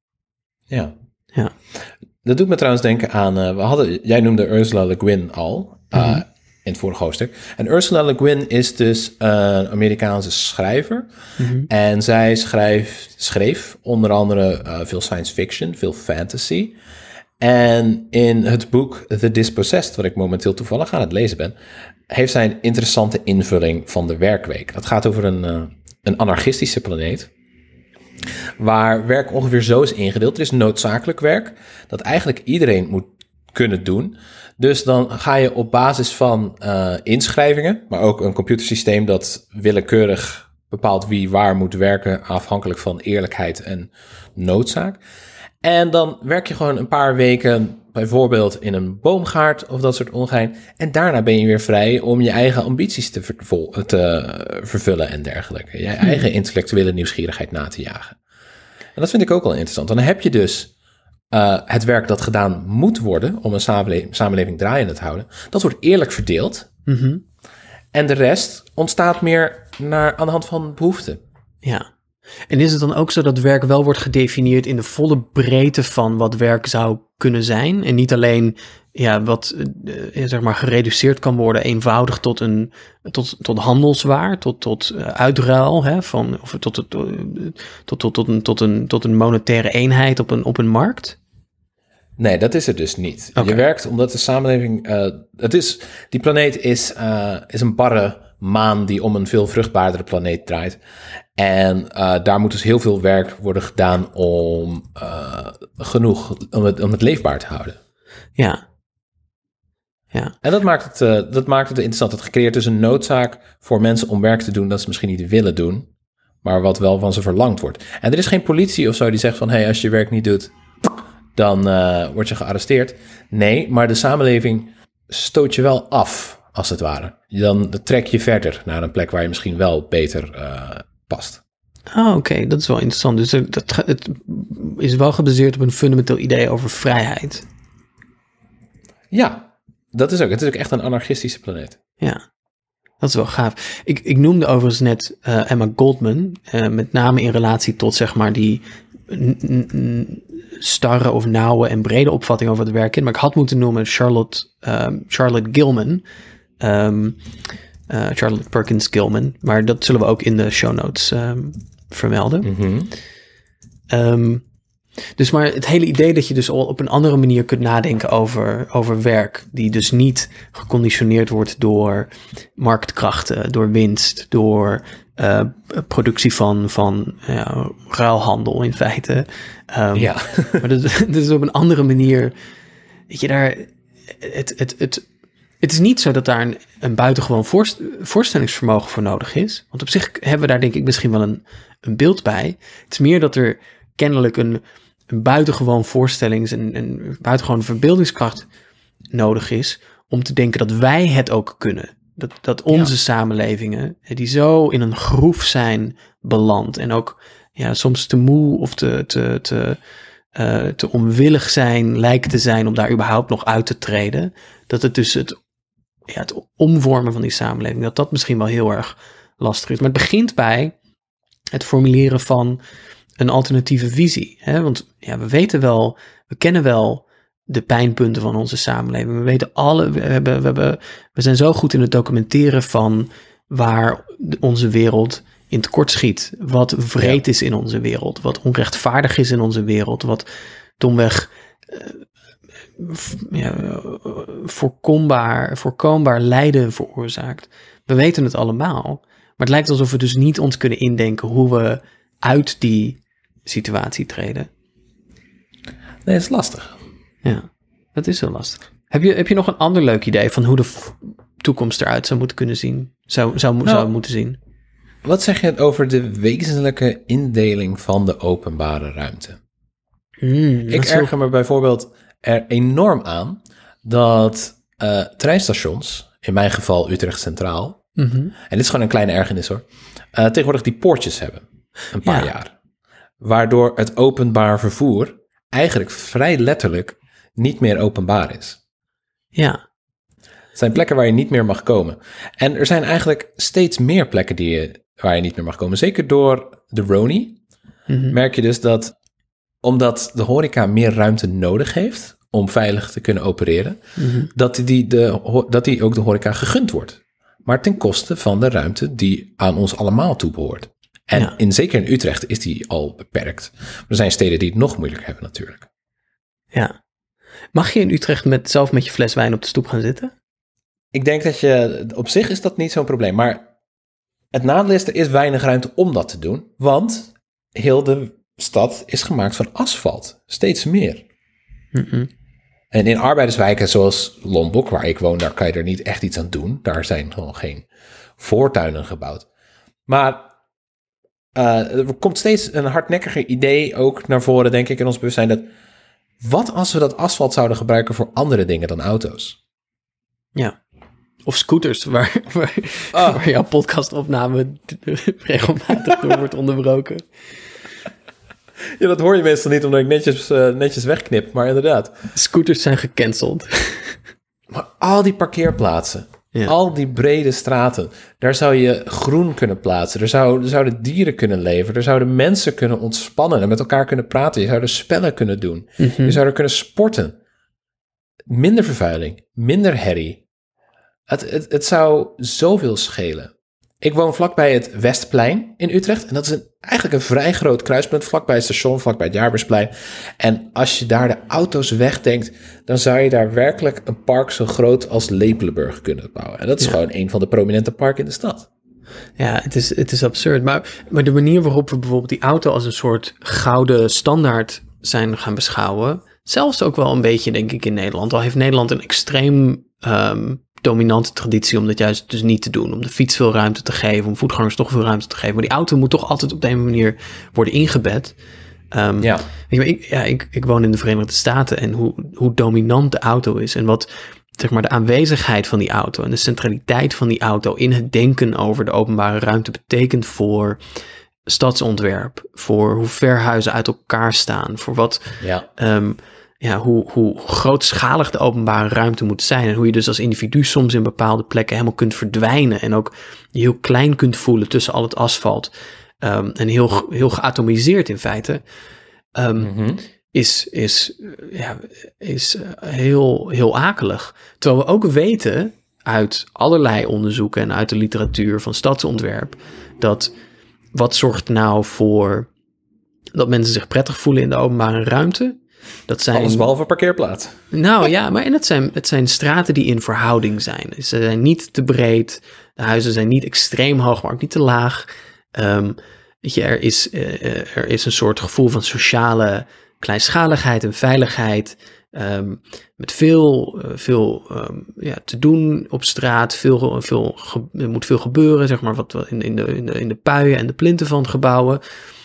[SPEAKER 3] Ja.
[SPEAKER 2] Ja.
[SPEAKER 3] Dat doet me trouwens denken aan, uh, we hadden, jij noemde Ursula Le Guin al, uh, mm-hmm. in het vorige hoofdstuk. En Ursula Le Guin is dus een Amerikaanse schrijver. Mm-hmm. En zij schrijft, schreef onder andere uh, veel science fiction, veel fantasy. En in het boek The Dispossessed, wat ik momenteel toevallig aan het lezen ben, heeft zij een interessante invulling van de werkweek. Dat gaat over een, uh, een anarchistische planeet, waar werk ongeveer zo is ingedeeld. Er is noodzakelijk werk dat eigenlijk iedereen moet kunnen doen. Dus dan ga je op basis van uh, inschrijvingen, maar ook een computersysteem dat willekeurig bepaalt wie waar moet werken, afhankelijk van eerlijkheid en noodzaak. En dan werk je gewoon een paar weken bijvoorbeeld in een boomgaard of dat soort ongein. En daarna ben je weer vrij om je eigen ambities te, vervol- te vervullen en dergelijke. Je eigen intellectuele nieuwsgierigheid na te jagen. En dat vind ik ook wel interessant. Dan heb je dus uh, het werk dat gedaan moet worden om een samenleving, samenleving draaiende te houden. Dat wordt eerlijk verdeeld.
[SPEAKER 2] Mm-hmm.
[SPEAKER 3] En de rest ontstaat meer naar, aan de hand van behoeften.
[SPEAKER 2] Ja. En is het dan ook zo dat werk wel wordt gedefinieerd in de volle breedte van wat werk zou kunnen zijn? En niet alleen ja, wat uh, zeg maar gereduceerd kan worden eenvoudig tot een tot, tot handelswaar, tot, tot uh, uitruil, hè, van, of tot, tot, tot, tot, tot, tot, een, tot, een, tot een monetaire eenheid op een, op een markt?
[SPEAKER 3] Nee, dat is het dus niet.
[SPEAKER 2] Okay.
[SPEAKER 3] Je werkt omdat de samenleving... Uh, het is, die planeet is, uh, is een barre maan die om een veel vruchtbaardere planeet draait. En uh, daar moet dus heel veel werk worden gedaan om uh, genoeg, om het, om het leefbaar te houden.
[SPEAKER 2] Ja. Ja.
[SPEAKER 3] En dat maakt, het, uh, dat maakt het interessant. Het creëert dus een noodzaak voor mensen om werk te doen dat ze misschien niet willen doen, maar wat wel van ze verlangd wordt. En er is geen politie of zo die zegt van, hé, hey, als je je werk niet doet, dan uh, word je gearresteerd. Nee, maar de samenleving stoot je wel af, als het ware. Dan trek je verder naar een plek waar je misschien wel beter uh, past.
[SPEAKER 2] Oh, oké, okay. Dat is wel interessant. Dus het, het, het is wel gebaseerd op een fundamenteel idee over vrijheid.
[SPEAKER 3] Ja, dat is ook. Het is ook echt een anarchistische planeet.
[SPEAKER 2] Ja, dat is wel gaaf. Ik, ik noemde overigens net uh, Emma Goldman, uh, met name in relatie tot zeg maar die n- n- starre of nauwe en brede opvatting over het werk in. Maar ik had moeten noemen Charlotte, um, Charlotte Gilman, um, uh, Charlotte Perkins Gilman. Maar dat zullen we ook in de show notes um, vermelden.
[SPEAKER 3] Mm-hmm.
[SPEAKER 2] Um, dus maar het hele idee dat je dus al op een andere manier kunt nadenken over, over werk, die dus niet geconditioneerd wordt door marktkrachten, door winst, door uh, productie van, van ja, ruilhandel in feite. Um,
[SPEAKER 3] ja.
[SPEAKER 2] Maar dat, dat is op een andere manier, weet je, daar, het, het, het, het is niet zo dat daar een, een buitengewoon voorst, voorstellingsvermogen voor nodig is. Want op zich hebben we daar denk ik misschien wel een, een beeld bij. Het is meer dat er kennelijk een, een buitengewoon voorstellings- en een buitengewoon verbeeldingskracht nodig is om te denken dat wij het ook kunnen. Dat, dat onze ja. samenlevingen, die zo in een groef zijn beland en ook ja, soms te moe of te, te, te, uh, te onwillig zijn, lijkt te zijn om daar überhaupt nog uit te treden, dat het dus het, ja, het omvormen van die samenleving, dat dat misschien wel heel erg lastig is. Maar het begint bij het formuleren van een alternatieve visie. Hè? Want ja, we weten wel, we kennen wel de pijnpunten van onze samenleving. We weten alle, we, hebben, we, hebben, we zijn zo goed in het documenteren van waar onze wereld in tekort schiet. Wat wreed ja. is in onze wereld. Wat onrechtvaardig is in onze wereld. Wat domweg uh, ja, voorkombaar, voorkombaar lijden veroorzaakt. We weten het allemaal. Maar het lijkt alsof we dus niet ons kunnen indenken hoe we uit die situatie treden.
[SPEAKER 3] Nee, dat is lastig.
[SPEAKER 2] Ja, dat is heel lastig. Heb je, heb je nog een ander leuk idee van hoe de f- toekomst eruit zou moeten kunnen zien? Zou, zou, nou, zou moeten zien?
[SPEAKER 3] Wat zeg je over de wezenlijke indeling van de openbare ruimte?
[SPEAKER 2] Mm,
[SPEAKER 3] Ik erger zo... me bijvoorbeeld er enorm aan dat uh, treinstations, in mijn geval Utrecht Centraal, mm-hmm. en dit is gewoon een kleine ergernis hoor, uh, tegenwoordig die poortjes hebben. Een paar ja. jaar. Waardoor het openbaar vervoer eigenlijk vrij letterlijk niet meer openbaar is.
[SPEAKER 2] Ja.
[SPEAKER 3] Het zijn plekken waar je niet meer mag komen. En er zijn eigenlijk steeds meer plekken die je, waar je niet meer mag komen. Zeker door de Roni mm-hmm. merk je dus dat, omdat de horeca meer ruimte nodig heeft om veilig te kunnen opereren, mm-hmm. dat, die de, dat die ook de horeca gegund wordt. Maar ten koste van de ruimte die aan ons allemaal toebehoort. En ja. in, zeker in Utrecht is die al beperkt. Maar er zijn steden die het nog moeilijker hebben natuurlijk.
[SPEAKER 2] Ja. Mag je in Utrecht met, zelf met je fles wijn op de stoep gaan zitten?
[SPEAKER 3] Ik denk dat je, op zich is dat niet zo'n probleem. Maar het nadeel is, er is weinig ruimte om dat te doen. Want heel de stad is gemaakt van asfalt. Steeds meer.
[SPEAKER 2] Mm-hmm. En
[SPEAKER 3] in arbeiderswijken zoals Lombok, waar ik woon, daar kan je er niet echt iets aan doen. Daar zijn gewoon geen voortuinen gebouwd. Maar Uh, er komt steeds een hardnekkiger idee ook naar voren, denk ik, in ons bewustzijn. Dat wat als we dat asfalt zouden gebruiken voor andere dingen dan auto's?
[SPEAKER 2] Ja. Of scooters, waar, waar, oh. waar jouw podcastopname regelmatig door wordt onderbroken.
[SPEAKER 3] Ja, dat hoor je meestal niet, omdat ik netjes, uh, netjes wegknip, maar inderdaad.
[SPEAKER 2] Scooters zijn gecanceld.
[SPEAKER 3] Maar al die parkeerplaatsen
[SPEAKER 2] Ja.
[SPEAKER 3] Al die brede straten, daar zou je groen kunnen plaatsen. Er, zou, er zouden dieren kunnen leven. Er zouden mensen kunnen ontspannen en met elkaar kunnen praten. Je zou er spellen kunnen doen.
[SPEAKER 2] Mhm.
[SPEAKER 3] Je zou er kunnen sporten. Minder vervuiling, minder herrie. Het, het, het zou zoveel schelen. Ik woon vlakbij het Westplein in Utrecht. En dat is een, eigenlijk een vrij groot kruispunt. Vlakbij het station, vlakbij het Jaarbeursplein. En als je daar de auto's wegdenkt, dan zou je daar werkelijk een park zo groot als Lepelenburg kunnen bouwen. En dat is
[SPEAKER 2] Ja.
[SPEAKER 3] gewoon een van de prominente parken in de stad.
[SPEAKER 2] Ja, het is, het is absurd. Maar, maar de manier waarop we bijvoorbeeld die auto als een soort gouden standaard zijn gaan beschouwen, zelfs ook wel een beetje, denk ik, in Nederland. Al heeft Nederland een extreem um, dominante traditie om dat juist dus niet te doen. Om de fiets veel ruimte te geven, om voetgangers toch veel ruimte te geven. Maar die auto moet toch altijd op de een manier worden ingebed. Um,
[SPEAKER 3] Ja.
[SPEAKER 2] Weet je, maar ik, ja, ik, ik woon in de Verenigde Staten en hoe, hoe dominant de auto is en wat, zeg maar, de aanwezigheid van die auto en de centraliteit van die auto in het denken over de openbare ruimte betekent voor stadsontwerp, voor hoe ver huizen uit elkaar staan, voor wat,
[SPEAKER 3] Ja.
[SPEAKER 2] um, ja, hoe, hoe grootschalig de openbare ruimte moet zijn en hoe je dus als individu soms in bepaalde plekken helemaal kunt verdwijnen en ook je heel klein kunt voelen tussen al het asfalt. Um, en heel, heel geatomiseerd in feite, um,
[SPEAKER 3] Mm-hmm.
[SPEAKER 2] is, is, ja, is uh, heel, heel akelig. Terwijl we ook weten uit allerlei onderzoeken en uit de literatuur van stadsontwerp, dat wat zorgt nou voor dat mensen zich prettig voelen in de openbare ruimte? Dat zijn,
[SPEAKER 3] Alles behalve parkeerplaats.
[SPEAKER 2] nou ja, maar en het zijn, het zijn straten die in verhouding zijn. Ze zijn niet te breed, de huizen zijn niet extreem hoog, maar ook niet te laag. Um, weet je, er is, uh, er is een soort gevoel van sociale kleinschaligheid en veiligheid. Um, met veel, uh, veel um, ja, te doen op straat. Veel, veel ge- er moet veel gebeuren, zeg maar, wat in, in, de, in, de, in de puien en de plinten van gebouwen.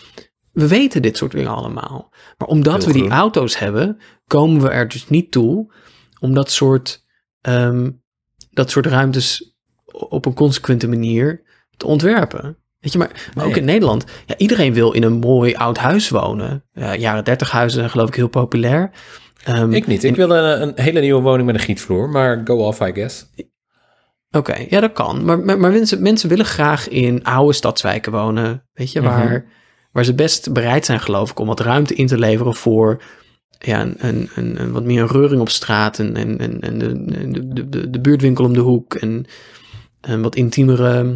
[SPEAKER 2] We weten dit soort dingen allemaal. Maar omdat
[SPEAKER 3] Heel
[SPEAKER 2] we die
[SPEAKER 3] groen.
[SPEAKER 2] auto's hebben, komen we er dus niet toe om dat soort, um, dat soort ruimtes op een consequente manier te ontwerpen. Weet je, maar, maar ook
[SPEAKER 3] Nee.
[SPEAKER 2] in Nederland, ja, iedereen wil in een mooi oud huis wonen. Ja, jaren dertig huizen zijn geloof ik heel populair. Um,
[SPEAKER 3] Ik niet. Ik wil een, een hele nieuwe woning met een gietvloer, maar go off, I guess.
[SPEAKER 2] Oké, okay, ja, dat kan. Maar, maar, maar mensen, mensen willen graag in oude stadswijken wonen, weet je, waar,
[SPEAKER 3] Mm-hmm.
[SPEAKER 2] waar ze best bereid zijn, geloof ik, om wat ruimte in te leveren voor ja, een, een, een, een wat meer een reuring op straat en, en, en, en de, de, de, de buurtwinkel om de hoek en een wat intiemere,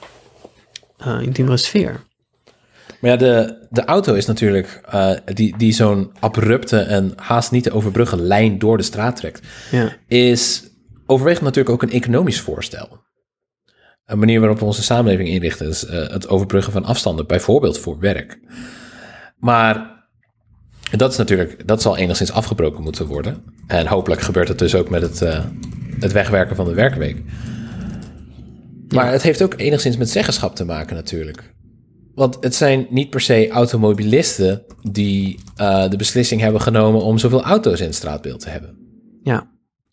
[SPEAKER 2] uh, intiemere sfeer.
[SPEAKER 3] Maar ja, de, de auto is natuurlijk uh, die, die zo'n abrupte en haast niet te overbruggen lijn door de straat trekt,
[SPEAKER 2] Ja,
[SPEAKER 3] is overwegend natuurlijk ook een economisch voorstel. Een manier waarop we onze samenleving inrichten is uh, het overbruggen van afstanden, bijvoorbeeld voor werk. Maar dat is natuurlijk, dat zal enigszins afgebroken moeten worden. En hopelijk gebeurt het dus ook met het, uh, het wegwerken van de werkweek. Maar
[SPEAKER 2] Ja.
[SPEAKER 3] het heeft ook enigszins met zeggenschap te maken natuurlijk. Want het zijn niet per se automobilisten die uh, de beslissing hebben genomen om zoveel auto's in het straatbeeld te hebben.
[SPEAKER 2] ja,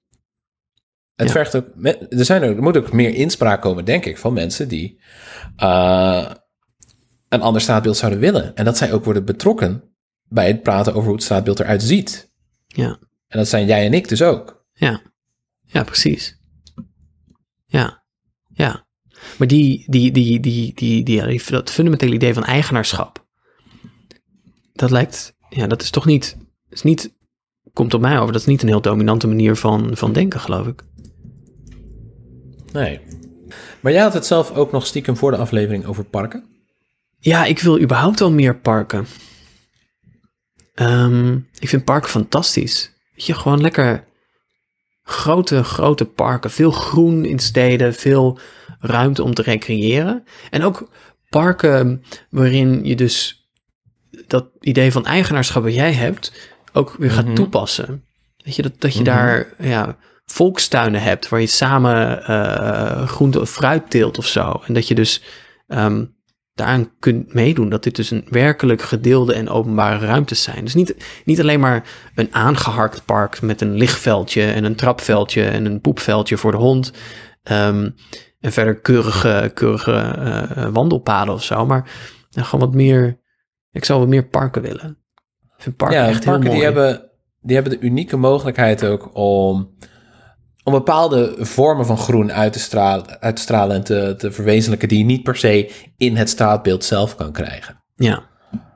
[SPEAKER 3] Het
[SPEAKER 2] Ja.
[SPEAKER 3] vergt ook, me- er, zijn ook, er moet ook meer inspraak komen, denk ik, van mensen die uh, een ander straatbeeld zouden willen. En dat zij ook worden betrokken bij het praten over hoe het straatbeeld eruit ziet.
[SPEAKER 2] ja,
[SPEAKER 3] En dat zijn jij en ik dus ook.
[SPEAKER 2] ja, ja, precies. Ja, ja. Maar die, die, die, die, die, die, die, dat fundamentele idee van eigenaarschap, dat lijkt, ja, dat is toch niet, is niet, komt op mij over, dat is niet een heel dominante manier van, van denken, geloof ik.
[SPEAKER 3] Nee. Maar jij had het zelf ook nog stiekem voor de aflevering over parken.
[SPEAKER 2] Ja, ik wil überhaupt wel meer parken. Um, ik vind parken fantastisch. Weet je, gewoon lekker grote, grote parken. Veel groen in steden, veel ruimte om te recreëren. En ook parken waarin je dus dat idee van eigenaarschap wat jij hebt ook weer gaat
[SPEAKER 3] Mm-hmm.
[SPEAKER 2] toepassen. Weet je, dat, dat je
[SPEAKER 3] Mm-hmm.
[SPEAKER 2] daar ja, volkstuinen hebt waar je samen uh, groente of fruit teelt of zo. En dat je dus um, daaraan kunt meedoen. Dat dit dus een werkelijk gedeelde en openbare ruimtes zijn. Dus niet, niet alleen maar een aangeharkt park met een lichtveldje en een trapveldje en een poepveldje voor de hond. Um, en verder keurige, keurige uh, wandelpaden of zo. Maar uh, gewoon wat meer. Ik zou wat meer parken willen. Ik vind parken
[SPEAKER 3] Ja,
[SPEAKER 2] echt
[SPEAKER 3] parken
[SPEAKER 2] heel mooi.
[SPEAKER 3] Die hebben, die hebben de unieke mogelijkheid ook om om bepaalde vormen van groen uit te stralen, uit te stralen en te, te verwezenlijken die je niet per se in het straatbeeld zelf kan krijgen.
[SPEAKER 2] Ja.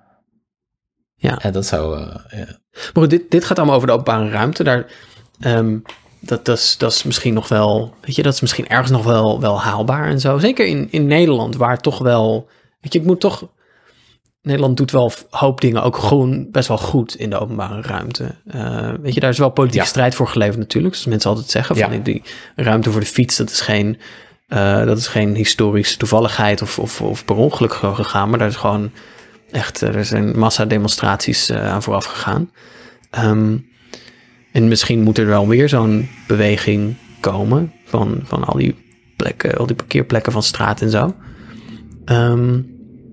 [SPEAKER 2] Ja.
[SPEAKER 3] En dat zou... Uh, ja.
[SPEAKER 2] Maar goed, dit, dit gaat allemaal over de openbare ruimte. Daar, um, dat, dat, is, dat is misschien nog wel... Weet je, dat is misschien ergens nog wel, wel haalbaar en zo. Zeker in, in Nederland, waar toch wel... Weet je, ik moet toch... Nederland doet wel een hoop dingen ook gewoon best wel goed in de openbare ruimte. Uh, weet je, daar is wel politieke
[SPEAKER 3] ja.
[SPEAKER 2] strijd voor geleverd natuurlijk. Zoals mensen altijd zeggen, van
[SPEAKER 3] ja.
[SPEAKER 2] die ruimte voor de fiets, dat is geen, uh, dat is geen historische toevalligheid of, of, of per ongeluk gegaan, maar daar is gewoon echt, er zijn massademonstraties uh, aan vooraf gegaan. Um, en misschien moet er wel weer zo'n beweging komen van, van al die plekken, al die parkeerplekken van straat en zo. Um,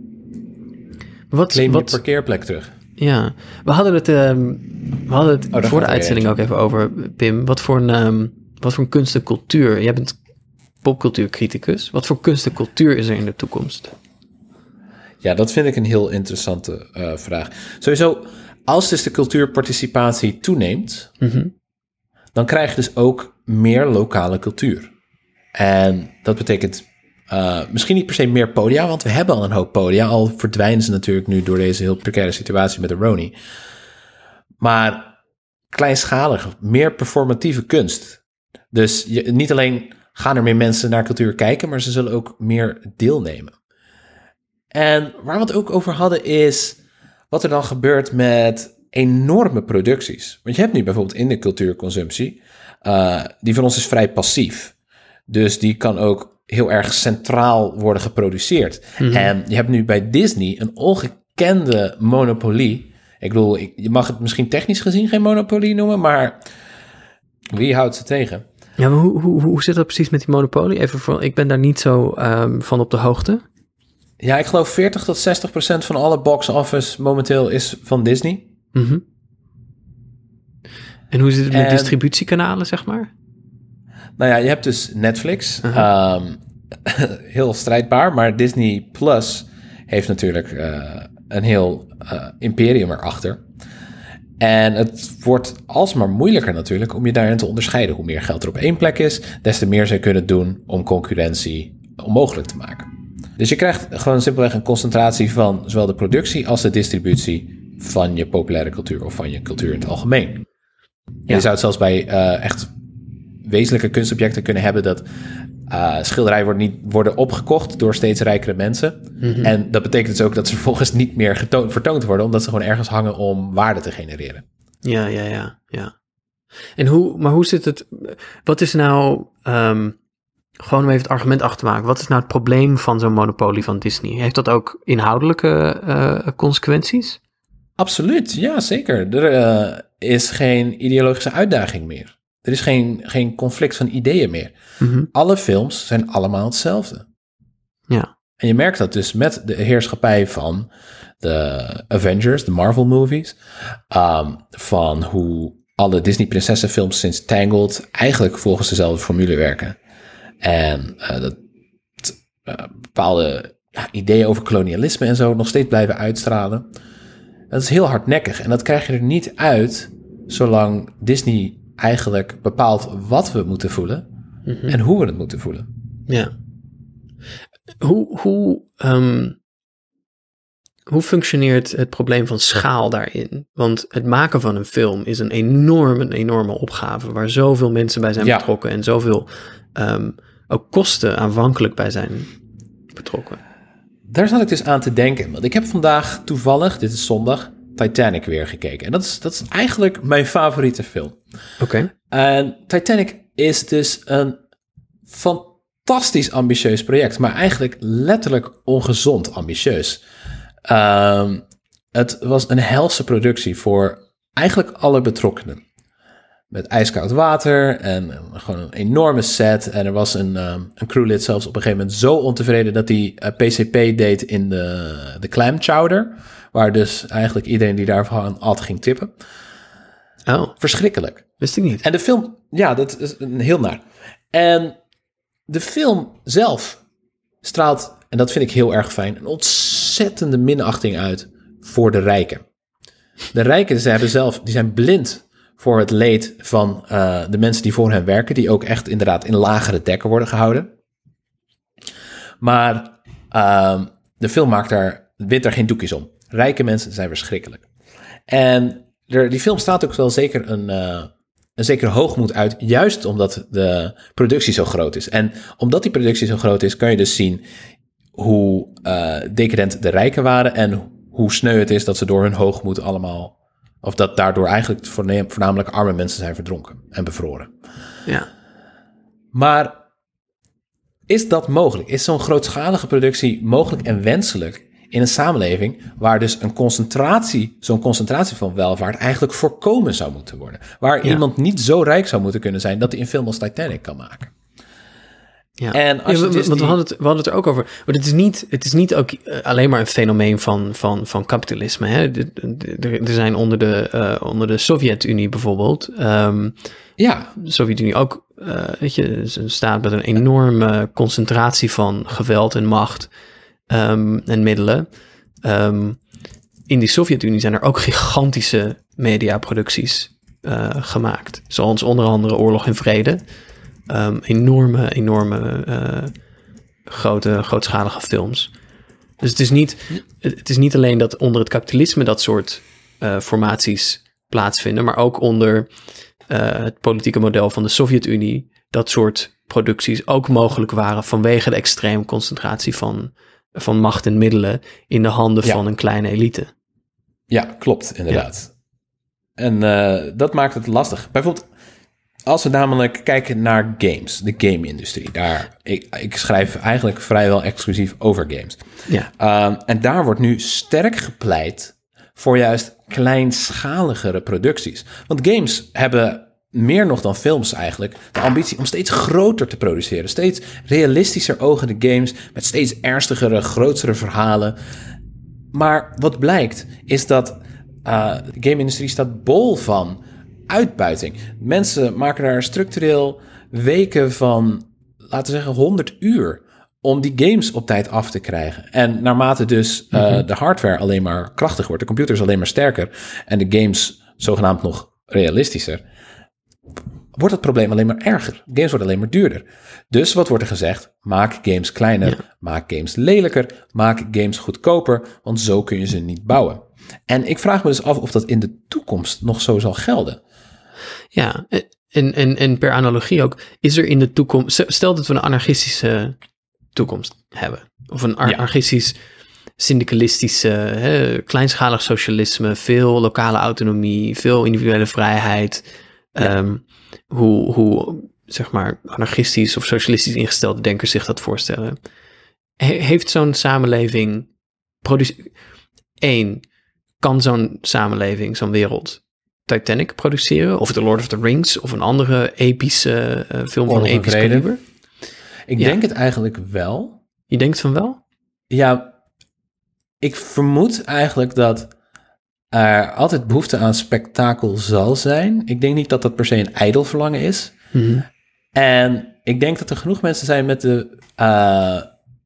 [SPEAKER 2] Wat,
[SPEAKER 3] Claim
[SPEAKER 2] wat,
[SPEAKER 3] je parkeerplek terug.
[SPEAKER 2] Ja, we hadden het, um, we hadden het
[SPEAKER 3] oh,
[SPEAKER 2] voor de uitzending ook even over, Pim. Wat voor een, um, wat voor een kunst en cultuur... Jij bent popcultuurcriticus. Wat voor kunst en cultuur is er in de toekomst?
[SPEAKER 3] Ja, dat vind ik een heel interessante uh, vraag. Sowieso, als dus de cultuurparticipatie toeneemt... Mm-hmm. dan krijg je dus ook meer lokale cultuur. En dat betekent... Uh, misschien niet per se meer podia, want we hebben al een hoop podia. Al verdwijnen ze natuurlijk nu door deze heel precaire situatie met de Roni. Maar kleinschalig, meer performatieve kunst. Dus je, niet alleen gaan er meer mensen naar cultuur kijken, maar ze zullen ook meer deelnemen. En waar we het ook over hadden is wat er dan gebeurt met enorme producties. Want je hebt nu bijvoorbeeld in de cultuurconsumptie, uh, die van ons is vrij passief. Dus die kan ook heel erg centraal worden geproduceerd. Mm-hmm. En je hebt nu bij Disney een ongekende monopolie. Ik bedoel, ik, je mag het misschien technisch gezien geen monopolie noemen, maar wie houdt ze tegen?
[SPEAKER 2] Ja, maar hoe, hoe, hoe zit dat precies met die monopolie? Even voor, ik ben daar niet zo um, van op de hoogte.
[SPEAKER 3] Ja, ik geloof veertig tot zestig procent van alle box office momenteel is van Disney.
[SPEAKER 2] Mm-hmm. En hoe zit het met
[SPEAKER 3] en,
[SPEAKER 2] distributiekanalen, zeg maar?
[SPEAKER 3] Nou ja, je hebt dus Netflix. Uh-huh. Um, heel strijdbaar, maar Disney Plus heeft natuurlijk uh, een heel uh, imperium erachter. En het wordt alsmaar moeilijker natuurlijk om je daarin te onderscheiden. Hoe meer geld er op één plek is, des te meer zij kunnen doen om concurrentie onmogelijk te maken. Dus je krijgt gewoon simpelweg een concentratie van zowel de productie als de distributie van je populaire cultuur of van je cultuur in het algemeen. Ja. Je zou het zelfs bij uh, echt wezenlijke kunstobjecten kunnen hebben dat uh, schilderijen worden, niet, worden opgekocht door steeds rijkere mensen. Mm-hmm. En dat betekent dus ook dat ze vervolgens niet meer getoond, vertoond worden, omdat ze gewoon ergens hangen om waarde te genereren.
[SPEAKER 2] Ja, ja, ja, ja. En hoe, maar hoe zit het, wat is nou, um, gewoon om even het argument achter te maken, wat is nou het probleem van zo'n monopolie van Disney? Heeft dat ook inhoudelijke uh, consequenties?
[SPEAKER 3] Absoluut, ja, zeker. Er uh, is geen ideologische uitdaging meer. Er is geen, geen conflict van ideeën meer. Mm-hmm. Alle films zijn allemaal hetzelfde.
[SPEAKER 2] Ja.
[SPEAKER 3] En je merkt dat dus met de heerschappij van de Avengers, de Marvel movies, um, van hoe alle Disney-prinsessenfilms sinds Tangled eigenlijk volgens dezelfde formule werken. En uh, dat uh, bepaalde ja, ideeën over kolonialisme en zo nog steeds blijven uitstralen. Dat is heel hardnekkig en dat krijg je er niet uit zolang Disney eigenlijk bepaalt wat we moeten voelen mm-hmm. en hoe we het moeten voelen.
[SPEAKER 2] Ja. Hoe, hoe, um, hoe functioneert het probleem van schaal daarin? Want het maken van een film is een enorme, een enorme opgave waar zoveel mensen bij zijn ja. betrokken en zoveel um, ook kosten aanvankelijk bij zijn betrokken.
[SPEAKER 3] Daar zat ik dus aan te denken. Want ik heb vandaag toevallig, dit is zondag, Titanic weer gekeken. En dat is, dat is eigenlijk mijn favoriete film.
[SPEAKER 2] Oké. Okay.
[SPEAKER 3] En Titanic is dus een fantastisch ambitieus project. Maar eigenlijk letterlijk ongezond ambitieus. Um, het was een helse productie voor eigenlijk alle betrokkenen. Met ijskoud water en gewoon een enorme set. En er was een, um, een crewlid zelfs op een gegeven moment zo ontevreden dat hij uh, P C P deed in de, de clam chowder. Waar dus eigenlijk iedereen die daarvan at ging tippen.
[SPEAKER 2] Oh.
[SPEAKER 3] Verschrikkelijk.
[SPEAKER 2] Wist ik niet.
[SPEAKER 3] En de film, ja, dat is heel naar. En de film zelf straalt, en dat vind ik heel erg fijn, een ontzettende minachting uit voor de rijken. De rijken, ze hebben zelf, die zijn blind voor het leed van uh, de mensen die voor hen werken, die ook echt inderdaad in lagere dekken worden gehouden. Maar uh, de film maakt daar, wint daar geen doekjes om. Rijke mensen zijn verschrikkelijk. En er, die film staat ook wel zeker een, uh, een zekere hoogmoed uit, juist omdat de productie zo groot is. En omdat die productie zo groot is, kan je dus zien hoe uh, decadent de rijken waren en hoe sneu het is dat ze door hun hoogmoed allemaal, of dat daardoor eigenlijk voornamelijk arme mensen zijn verdronken en bevroren.
[SPEAKER 2] Ja.
[SPEAKER 3] Maar is dat mogelijk? Is zo'n grootschalige productie mogelijk en wenselijk in een samenleving waar dus een concentratie, zo'n concentratie van welvaart eigenlijk voorkomen zou moeten worden? Waar
[SPEAKER 2] Ja.
[SPEAKER 3] iemand niet zo rijk zou moeten kunnen zijn dat hij een film als Titanic kan maken.
[SPEAKER 2] Ja,
[SPEAKER 3] En als
[SPEAKER 2] ja,
[SPEAKER 3] je
[SPEAKER 2] we,
[SPEAKER 3] dus
[SPEAKER 2] want
[SPEAKER 3] die-
[SPEAKER 2] we, hadden het, we hadden het er ook over. Maar het is niet, het is niet ook uh, alleen maar een fenomeen van, van, van kapitalisme. Hè? De- de- de- Er zijn onder de, uh, onder de Sovjet-Unie bijvoorbeeld. Um,
[SPEAKER 3] Ja,
[SPEAKER 2] de Sovjet-Unie ook, uh, weet je, is een staat met een enorme concentratie van geweld en macht um, en middelen. Um, in die Sovjet-Unie zijn er ook gigantische mediaproducties uh, gemaakt. Zoals onder andere Oorlog en Vrede. Um, enorme, enorme uh, grote, grootschalige films. Dus het is niet, het is niet alleen dat onder het kapitalisme dat soort uh, formaties plaatsvinden, maar ook onder uh, het politieke model van de Sovjet-Unie dat soort producties ook mogelijk waren vanwege de extreme concentratie van, van macht en middelen in de handen
[SPEAKER 3] Ja.
[SPEAKER 2] van een kleine elite.
[SPEAKER 3] ja, klopt, inderdaad. En uh, dat maakt het lastig. Bijvoorbeeld, als we namelijk kijken naar games, de game-industrie. Daar, ik, ik schrijf eigenlijk vrijwel exclusief over games.
[SPEAKER 2] Ja,
[SPEAKER 3] Um, en daar wordt nu sterk gepleit voor juist kleinschaligere producties. Want games hebben meer nog dan films eigenlijk de ambitie om steeds groter te produceren. Steeds realistischer ogende games met steeds ernstigere, grotere verhalen. Maar wat blijkt is dat uh, de game-industrie staat bol van uitbuiting. Mensen maken daar structureel weken van, laten we zeggen, honderd uur om die games op tijd af te krijgen. En naarmate dus uh, mm-hmm. de hardware alleen maar krachtig wordt, de computers alleen maar sterker en de games zogenaamd nog realistischer, wordt het probleem alleen maar erger. Games worden alleen maar duurder. Dus wat wordt er gezegd? Maak games kleiner, ja. maak games lelijker, maak games goedkoper, want zo kun je ze niet bouwen. En ik vraag me dus af of dat in de toekomst nog zo zal gelden.
[SPEAKER 2] Ja, en, en, en per analogie ook, is er in de toekomst, stel dat we een anarchistische toekomst hebben, of een anarchistisch, syndicalistische, hè, kleinschalig socialisme, veel lokale autonomie, veel individuele vrijheid, ja. um, hoe, hoe, zeg maar, anarchistisch of socialistisch ingestelde denkers zich dat voorstellen. He, heeft zo'n samenleving, produce- één, kan zo'n samenleving, zo'n wereld Titanic produceren? Of The Lord of the Rings? Of een andere epische uh, film van episch kaliber?
[SPEAKER 3] Ik ja. denk het eigenlijk wel.
[SPEAKER 2] Je denkt van wel?
[SPEAKER 3] Ja, ik vermoed eigenlijk dat er altijd behoefte aan spektakel zal zijn. Ik denk niet dat dat per se een ijdel verlangen is.
[SPEAKER 2] Mm-hmm.
[SPEAKER 3] En ik denk dat er genoeg mensen zijn met de, uh,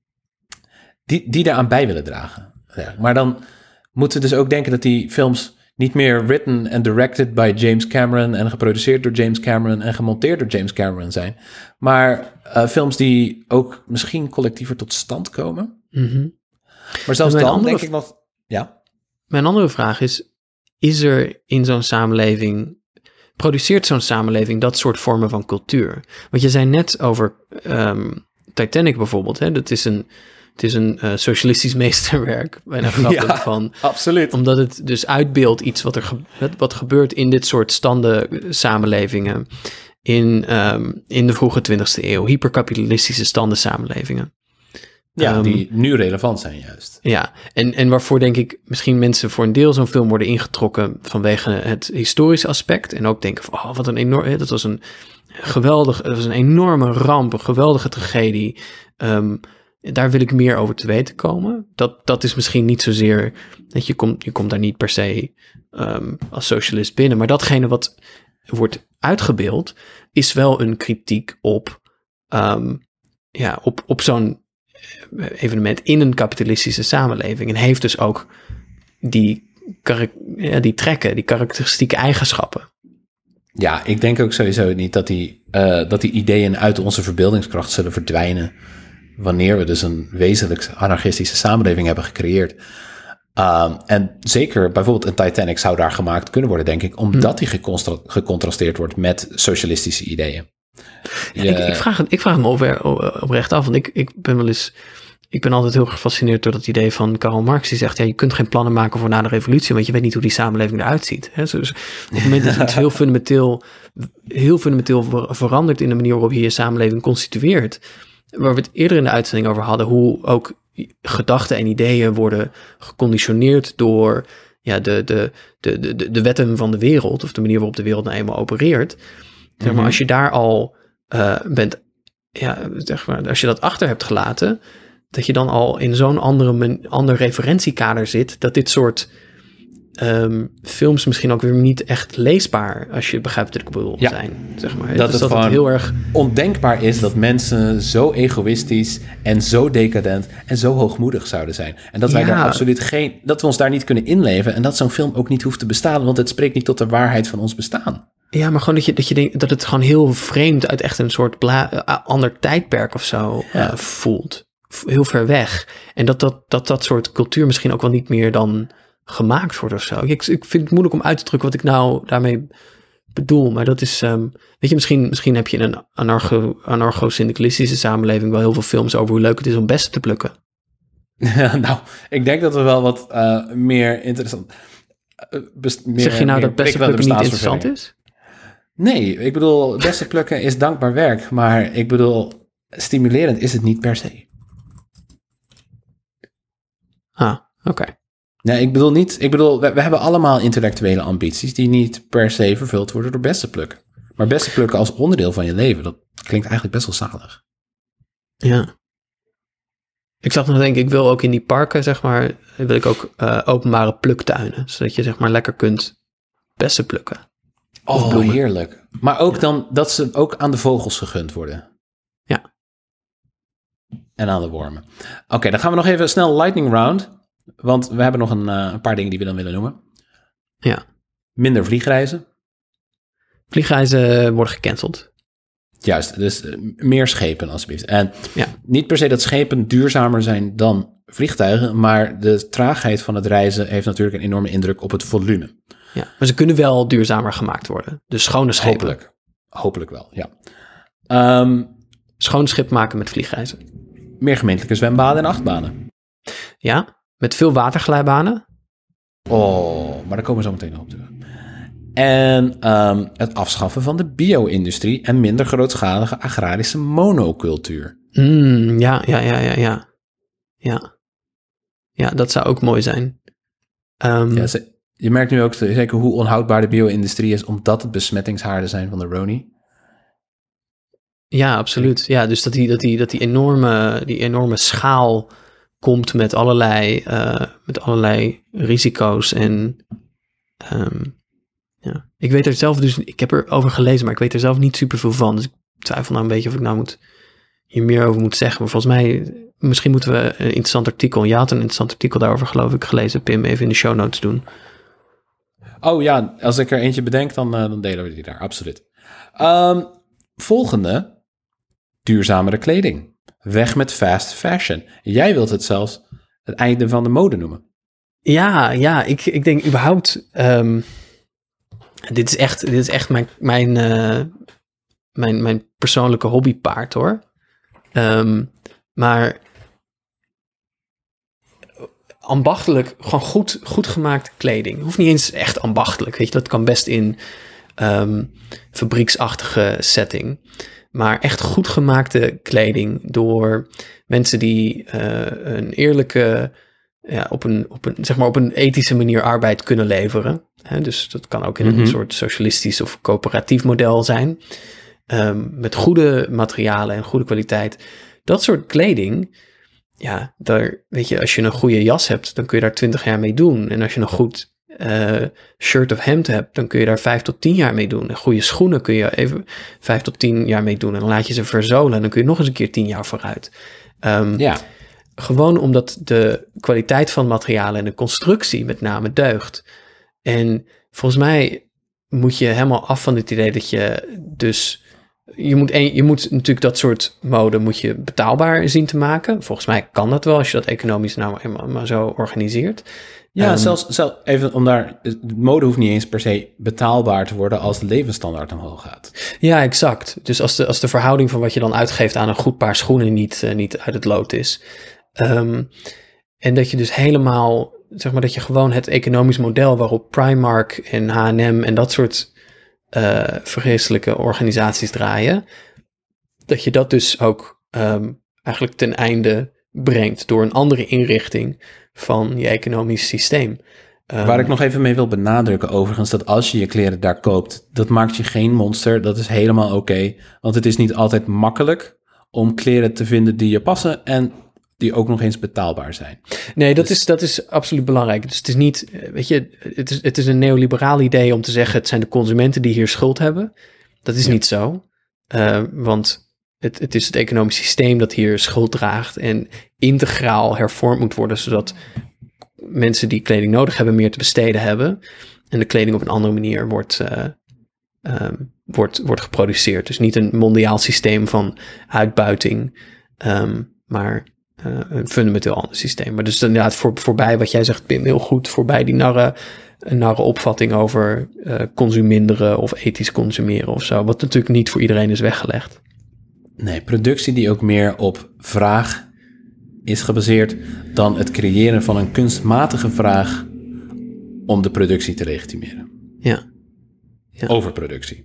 [SPEAKER 3] die, die daaraan bij willen dragen. Ja, maar dan moeten we dus ook denken dat die films niet meer written and directed by James Cameron en geproduceerd door James Cameron en gemonteerd door James Cameron zijn. Maar uh, films die ook misschien collectiever tot stand komen.
[SPEAKER 2] Mm-hmm.
[SPEAKER 3] Maar zelfs dan andere, denk ik nog... Ja?
[SPEAKER 2] Mijn andere vraag is, is er in zo'n samenleving, produceert zo'n samenleving dat soort vormen van cultuur? Want je zei net over um, Titanic bijvoorbeeld, hè? Dat is een... Het is een uh, socialistisch meesterwerk, bijna grappig.
[SPEAKER 3] Ja,
[SPEAKER 2] van,
[SPEAKER 3] absoluut.
[SPEAKER 2] Omdat het dus uitbeeldt iets wat er ge- wat gebeurt in dit soort standen samenlevingen in, um, in de vroege twintigste eeuw. Hyperkapitalistische standen samenlevingen.
[SPEAKER 3] Ja,
[SPEAKER 2] um,
[SPEAKER 3] die nu relevant zijn juist.
[SPEAKER 2] Ja, en, en waarvoor denk ik misschien mensen voor een deel zo'n film worden ingetrokken vanwege het historische aspect. En ook denken van, oh, wat een enorm, dat was een geweldig, dat was een enorme ramp, een geweldige tragedie. Um, Daar wil ik meer over te weten komen. Dat, dat is misschien niet zozeer, dat je komt, je komt daar niet per se um, als socialist binnen. Maar datgene wat wordt uitgebeeld, is wel een kritiek op, um, ja, op, op zo'n evenement in een kapitalistische samenleving. En heeft dus ook die, ja, die trekken, die karakteristieke eigenschappen.
[SPEAKER 3] Ja, ik denk ook sowieso niet dat die, uh, dat die ideeën uit onze verbeeldingskracht zullen verdwijnen wanneer we dus een wezenlijk anarchistische samenleving hebben gecreëerd. Um, en zeker bijvoorbeeld een Titanic zou daar gemaakt kunnen worden, denk ik, omdat die geconstra- gecontrasteerd wordt met socialistische ideeën.
[SPEAKER 2] Ja, je... ik, ik, vraag het, ik vraag het me op, oprecht af, want ik, ik ben wel eens... Ik ben altijd heel gefascineerd door dat idee van Karl Marx. Die zegt, ja, je kunt geen plannen maken voor na de revolutie, want je weet niet hoe die samenleving eruit ziet. Hè? Dus op het moment dat het heel fundamenteel, heel fundamenteel verandert in de manier waarop je je samenleving constitueert, waar we het eerder in de uitzending over hadden, hoe ook gedachten en ideeën worden geconditioneerd door ja, de, de, de, de, de wetten van de wereld, of de manier waarop de wereld nou eenmaal opereert. Zeg maar, mm-hmm. Als je daar al uh, bent, ja, zeg maar, als je dat achter hebt gelaten, dat je dan al in zo'n andere men, ander referentiekader zit, dat dit soort um, films misschien ook weer niet echt leesbaar, als je begrijpt wat ik bedoel, ja, zijn. Zeg maar.
[SPEAKER 3] Dat
[SPEAKER 2] dus
[SPEAKER 3] het
[SPEAKER 2] dat
[SPEAKER 3] gewoon
[SPEAKER 2] het heel erg
[SPEAKER 3] ondenkbaar is dat mensen zo egoïstisch en zo decadent en zo hoogmoedig zouden zijn. En dat wij ja. daar absoluut geen, dat we ons daar niet kunnen inleven en dat zo'n film ook niet hoeft te bestaan, want het spreekt niet tot de waarheid van ons bestaan.
[SPEAKER 2] Ja, maar gewoon dat je, dat je denkt dat het gewoon heel vreemd uit echt een soort bla, uh, ander tijdperk of zo ja. uh, voelt. Heel ver weg. En dat dat, dat dat soort cultuur misschien ook wel niet meer dan gemaakt wordt of zo. Ik, ik vind het moeilijk om uit te drukken wat ik nou daarmee bedoel. Maar dat is, um, weet je, misschien, misschien heb je in een anarcho, anarcho-syndicalistische samenleving wel heel veel films over hoe leuk het is om bessen te plukken.
[SPEAKER 3] Ja, nou, ik denk dat er wel wat uh, meer interessant... Uh, best, meer,
[SPEAKER 2] zeg je nou dat bessen plukken niet interessant is?
[SPEAKER 3] Nee, ik bedoel, bessen plukken is dankbaar werk. Maar ik bedoel, stimulerend is het niet per se.
[SPEAKER 2] Ah, oké. Okay.
[SPEAKER 3] Nee, ik bedoel niet... Ik bedoel, we, we hebben allemaal intellectuele ambities die niet per se vervuld worden door bessen plukken. Maar bessen plukken als onderdeel van je leven, dat klinkt eigenlijk best wel zalig.
[SPEAKER 2] Ja. Ik zag nog denken, ik wil ook in die parken, zeg maar, wil ik ook uh, openbare pluktuinen. Zodat je, zeg maar, lekker kunt bessen plukken.
[SPEAKER 3] Oh, heerlijk. Maar ook ja. dan dat ze ook aan de vogels gegund worden.
[SPEAKER 2] Ja.
[SPEAKER 3] En aan de wormen. Oké, okay, dan gaan we nog even snel lightning round. Want we hebben nog een, uh, een paar dingen die we dan willen noemen.
[SPEAKER 2] Ja.
[SPEAKER 3] Minder vliegreizen.
[SPEAKER 2] Vliegreizen worden gecanceld.
[SPEAKER 3] Juist, dus uh, meer schepen alsjeblieft. En
[SPEAKER 2] ja.
[SPEAKER 3] niet per se dat schepen duurzamer zijn dan vliegtuigen, maar de traagheid van het reizen heeft natuurlijk een enorme indruk op het volume.
[SPEAKER 2] Ja, maar ze kunnen wel duurzamer gemaakt worden. Dus schone schepen.
[SPEAKER 3] Hopelijk. Hopelijk wel, ja. Um,
[SPEAKER 2] Schoon schip maken met vliegreizen.
[SPEAKER 3] Meer gemeentelijke zwembaden en achtbanen.
[SPEAKER 2] Ja, met veel waterglijbanen.
[SPEAKER 3] Oh, maar daar komen we zo meteen nog op terug. En um, het afschaffen van de bio-industrie en minder grootschalige agrarische monocultuur.
[SPEAKER 2] Mm, ja, ja, ja, ja, ja. Ja, ja, dat zou ook mooi zijn. Um,
[SPEAKER 3] ja, ze, je merkt nu ook zeker hoe onhoudbaar de bio-industrie is, omdat het besmettingshaarden zijn van de Roni.
[SPEAKER 2] Ja, absoluut. Ja, dus dat die, dat die, dat die, enorme, die enorme schaal komt met allerlei, uh, met allerlei risico's. En um, ja, ik weet er zelf dus, ik heb er over gelezen, maar ik weet er zelf niet super veel van. Dus ik twijfel nou een beetje of ik nou moet, hier meer over moet zeggen. Maar volgens mij, misschien moeten we een interessant artikel, je had een interessant artikel daarover geloof ik gelezen, Pim, even in de show notes doen.
[SPEAKER 3] Oh ja, als ik er eentje bedenk, dan, uh, dan delen we die daar, absoluut. Um, volgende, duurzamere kleding. Weg met fast fashion. Jij wilt het zelfs het einde van de mode noemen.
[SPEAKER 2] Ja, ja, ik, ik denk überhaupt, um, dit is echt, dit is echt mijn, mijn, uh, mijn, mijn persoonlijke hobbypaard hoor. Um, maar ambachtelijk, gewoon goed, goed gemaakte kleding. Hoeft niet eens echt ambachtelijk, weet je. Dat kan best in um, fabrieksachtige setting. Maar echt goed gemaakte kleding door mensen die uh, een eerlijke, ja, op een, op een, zeg maar op een ethische manier arbeid kunnen leveren. Hè, dus dat kan ook in mm-hmm. een soort socialistisch of coöperatief model zijn. Um, met goede materialen en goede kwaliteit. Dat soort kleding, ja, daar, weet je, als je een goede jas hebt, dan kun je daar twintig jaar mee doen. En als je een goed uh, shirt of hemd hebt, dan kun je daar vijf tot tien jaar mee doen. En goede schoenen kun je even vijf tot tien jaar mee doen. En dan laat je ze verzolen en dan kun je nog eens een keer tien jaar vooruit. Um, ja. Gewoon omdat de kwaliteit van materialen en de constructie met name deugt. En volgens mij moet je helemaal af van het idee dat je dus... Je moet, een, je moet natuurlijk dat soort mode moet je betaalbaar zien te maken. Volgens mij kan dat wel als je dat economisch nou eenmaal maar zo organiseert.
[SPEAKER 3] Ja,
[SPEAKER 2] Um,
[SPEAKER 3] zelfs, zelfs even om daar... De mode hoeft niet eens per se betaalbaar te worden als de levensstandaard omhoog gaat.
[SPEAKER 2] Ja, exact. Dus als de, als de verhouding van wat je dan uitgeeft aan een goed paar schoenen niet, uh, niet uit het lood is. Um, en dat je dus helemaal, zeg maar dat je gewoon het economisch model waarop Primark en H en M en dat soort uh, vreselijke organisaties draaien, dat je dat dus ook um, eigenlijk ten einde brengt door een andere inrichting van je economisch systeem. Um,
[SPEAKER 3] Waar ik nog even mee wil benadrukken overigens, dat als je je kleren daar koopt, dat maakt je geen monster. Dat is helemaal oké. Okay, want het is niet altijd makkelijk om kleren te vinden die je passen en die ook nog eens betaalbaar zijn.
[SPEAKER 2] Nee, dat,
[SPEAKER 3] dus,
[SPEAKER 2] is, dat is absoluut belangrijk. Dus het is niet, weet je, het is, het is een neoliberaal idee om te zeggen, het zijn de consumenten die hier schuld hebben. Dat is ja. niet zo. Uh, want het, het is het economisch systeem dat hier schuld draagt en integraal hervormd moet worden, zodat mensen die kleding nodig hebben meer te besteden hebben en de kleding op een andere manier wordt, uh, um, wordt, wordt geproduceerd. Dus niet een mondiaal systeem van uitbuiting, um, maar uh, een fundamenteel ander systeem. Maar dus inderdaad voor, voorbij wat jij zegt, Pim, heel goed, voorbij die narre, narre opvatting over uh, consuminderen of ethisch consumeren of zo, wat natuurlijk niet voor iedereen is weggelegd.
[SPEAKER 3] Nee, productie die ook meer op vraag is gebaseerd dan het creëren van een kunstmatige vraag om de productie te legitimeren.
[SPEAKER 2] Ja. ja.
[SPEAKER 3] Overproductie.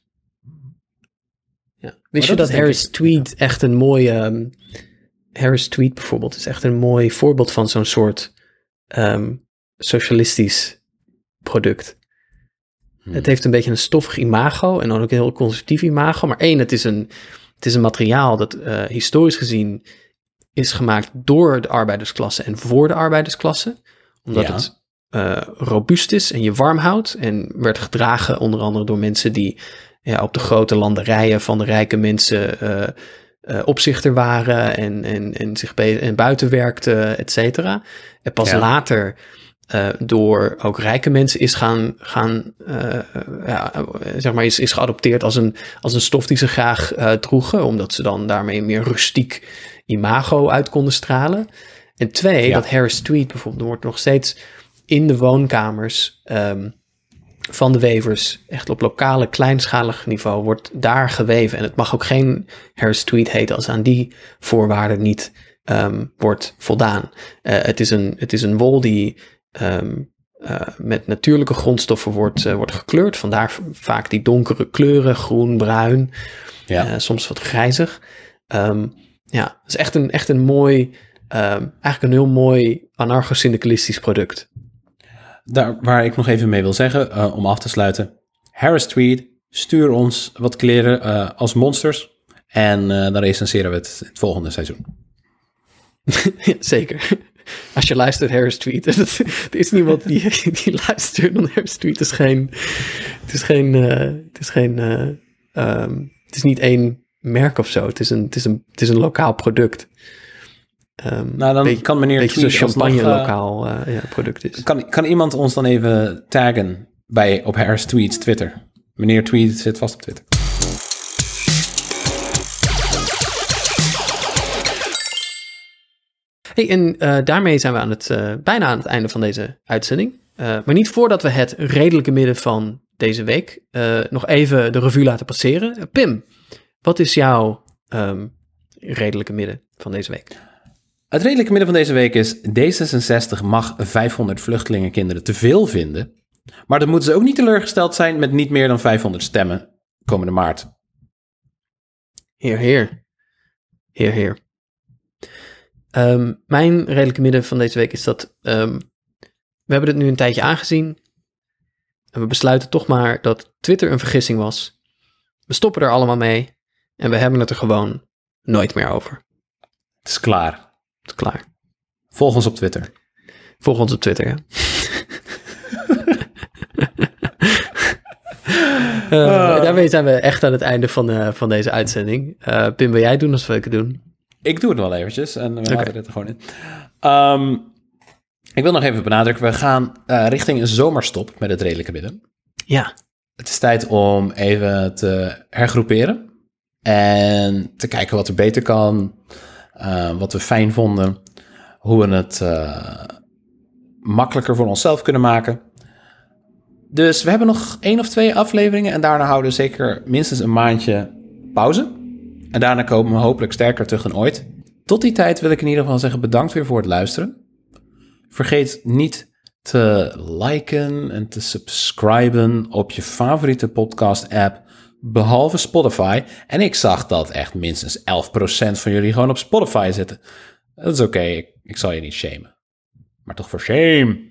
[SPEAKER 2] Ja. Wist je dat, dat Harris ik... Tweed echt een mooie... Um, Harris Tweed bijvoorbeeld is echt een mooi voorbeeld van zo'n soort um, socialistisch product. Hmm. Het heeft een beetje een stoffig imago en dan ook een heel conservatief imago. Maar één, het is een, het is een materiaal dat uh, historisch gezien is gemaakt door de arbeidersklasse en voor de arbeidersklasse. Omdat ja. het uh, robuust is en je warm houdt. En werd gedragen onder andere door mensen die ja, op de grote landerijen van de rijke mensen uh, uh, opzichter waren en, en, en zich be- en buiten werkten, et cetera. En pas ja. later uh, door ook rijke mensen is gaan, gaan uh, ja, zeg maar, is, is geadopteerd als een, als een stof die ze graag uh, droegen, omdat ze dan daarmee meer rustiek imago uit konden stralen. En twee, ja. dat Harris Tweed bijvoorbeeld wordt nog steeds in de woonkamers um, van de wevers, echt op lokale, kleinschalig niveau, wordt daar geweven. En het mag ook geen Harris Tweed heten als aan die voorwaarden niet um, wordt voldaan. Uh, het, is een, het is een wol die um, uh, met natuurlijke grondstoffen wordt, uh, wordt gekleurd. Vandaar vaak die donkere kleuren, groen, bruin, ja. uh, soms wat grijzig. Um, ja, het is echt een, echt een mooi, um, eigenlijk een heel mooi anarcho-syndicalistisch product.
[SPEAKER 3] Daar waar ik nog even mee wil zeggen, uh, om af te sluiten. Harris Tweed, stuur ons wat kleren uh, als monsters. En uh, dan recenseren we het in het volgende seizoen.
[SPEAKER 2] Ja, zeker. Als je luistert, Harris Tweed. Er is niemand die, die luistert, want Harris Tweed is geen... Het is geen... Uh, het is geen... Uh, um, het is niet één merk of zo. Het is een, het is een, het is een lokaal product. Um,
[SPEAKER 3] nou, dan beetje, kan meneer
[SPEAKER 2] beetje zo'n champagne nog, lokaal uh, ja, product is.
[SPEAKER 3] Kan, kan iemand ons dan even taggen bij, op Harris Tweed's Twitter? Meneer Tweed zit vast op Twitter.
[SPEAKER 2] Hey, en uh, daarmee zijn we aan het, uh, bijna aan het einde van deze uitzending. Uh, maar niet voordat we het redelijke midden van deze week uh, nog even de revue laten passeren. Uh, Pim, wat is jouw um, redelijke midden van deze week?
[SPEAKER 3] Het redelijke midden van deze week is: D zesenzestig mag vijfhonderd vluchtelingenkinderen te veel vinden. Maar dan moeten ze ook niet teleurgesteld zijn met niet meer dan vijfhonderd stemmen komende maart.
[SPEAKER 2] Heer, heer. Heer, heer. Um, mijn redelijke midden van deze week is dat um, we hebben het nu een tijdje aangezien. En we besluiten toch maar dat Twitter een vergissing was. We stoppen er allemaal mee. En we hebben het er gewoon nooit meer over.
[SPEAKER 3] Het is klaar.
[SPEAKER 2] Het is klaar.
[SPEAKER 3] Volg ons op Twitter.
[SPEAKER 2] Volg ons op Twitter, ja. uh, uh. Daarmee zijn we echt aan het einde van, uh, van deze uitzending. Uh, Pim, wil jij doen als we het doen?
[SPEAKER 3] Ik doe het wel eventjes en we
[SPEAKER 2] okay.
[SPEAKER 3] laten dit er gewoon in. Um, ik wil nog even benadrukken, we gaan uh, richting een zomerstop met het redelijke midden.
[SPEAKER 2] Ja.
[SPEAKER 3] Het is tijd om even te hergroeperen en te kijken wat er beter kan, uh, wat we fijn vonden, hoe we het uh, makkelijker voor onszelf kunnen maken. Dus we hebben nog één of twee afleveringen en daarna houden we zeker minstens een maandje pauze. En daarna komen we hopelijk sterker terug dan ooit. Tot die tijd wil ik in ieder geval zeggen bedankt weer voor het luisteren. Vergeet niet te liken en te subscriben op je favoriete podcast-app, behalve Spotify. En ik zag dat echt minstens elf procent van jullie gewoon op Spotify zitten. Dat is oké, okay. ik, ik zal je niet shamen. Maar toch voor shame.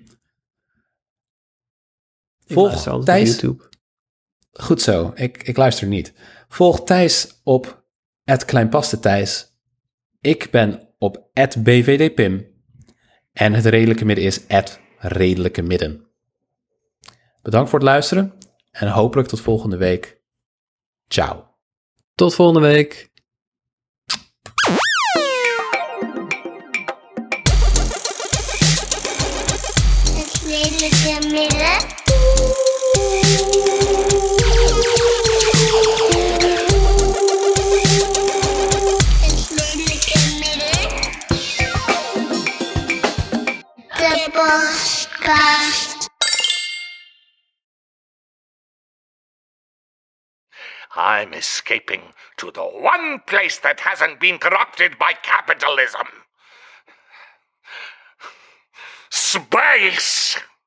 [SPEAKER 3] Volg Thijs. Op YouTube. Goed zo, ik, ik luister niet. Volg Thijs op at kleinpastethijs. Ik ben op at bvdpim. En het redelijke midden is at redelijke midden. Bedankt voor het luisteren en hopelijk tot volgende week. Ciao.
[SPEAKER 2] Tot volgende week.
[SPEAKER 1] Het redelijke midden. Het redelijke midden. De podcast.
[SPEAKER 4] I'm escaping to the one place that hasn't been corrupted by capitalism. Space!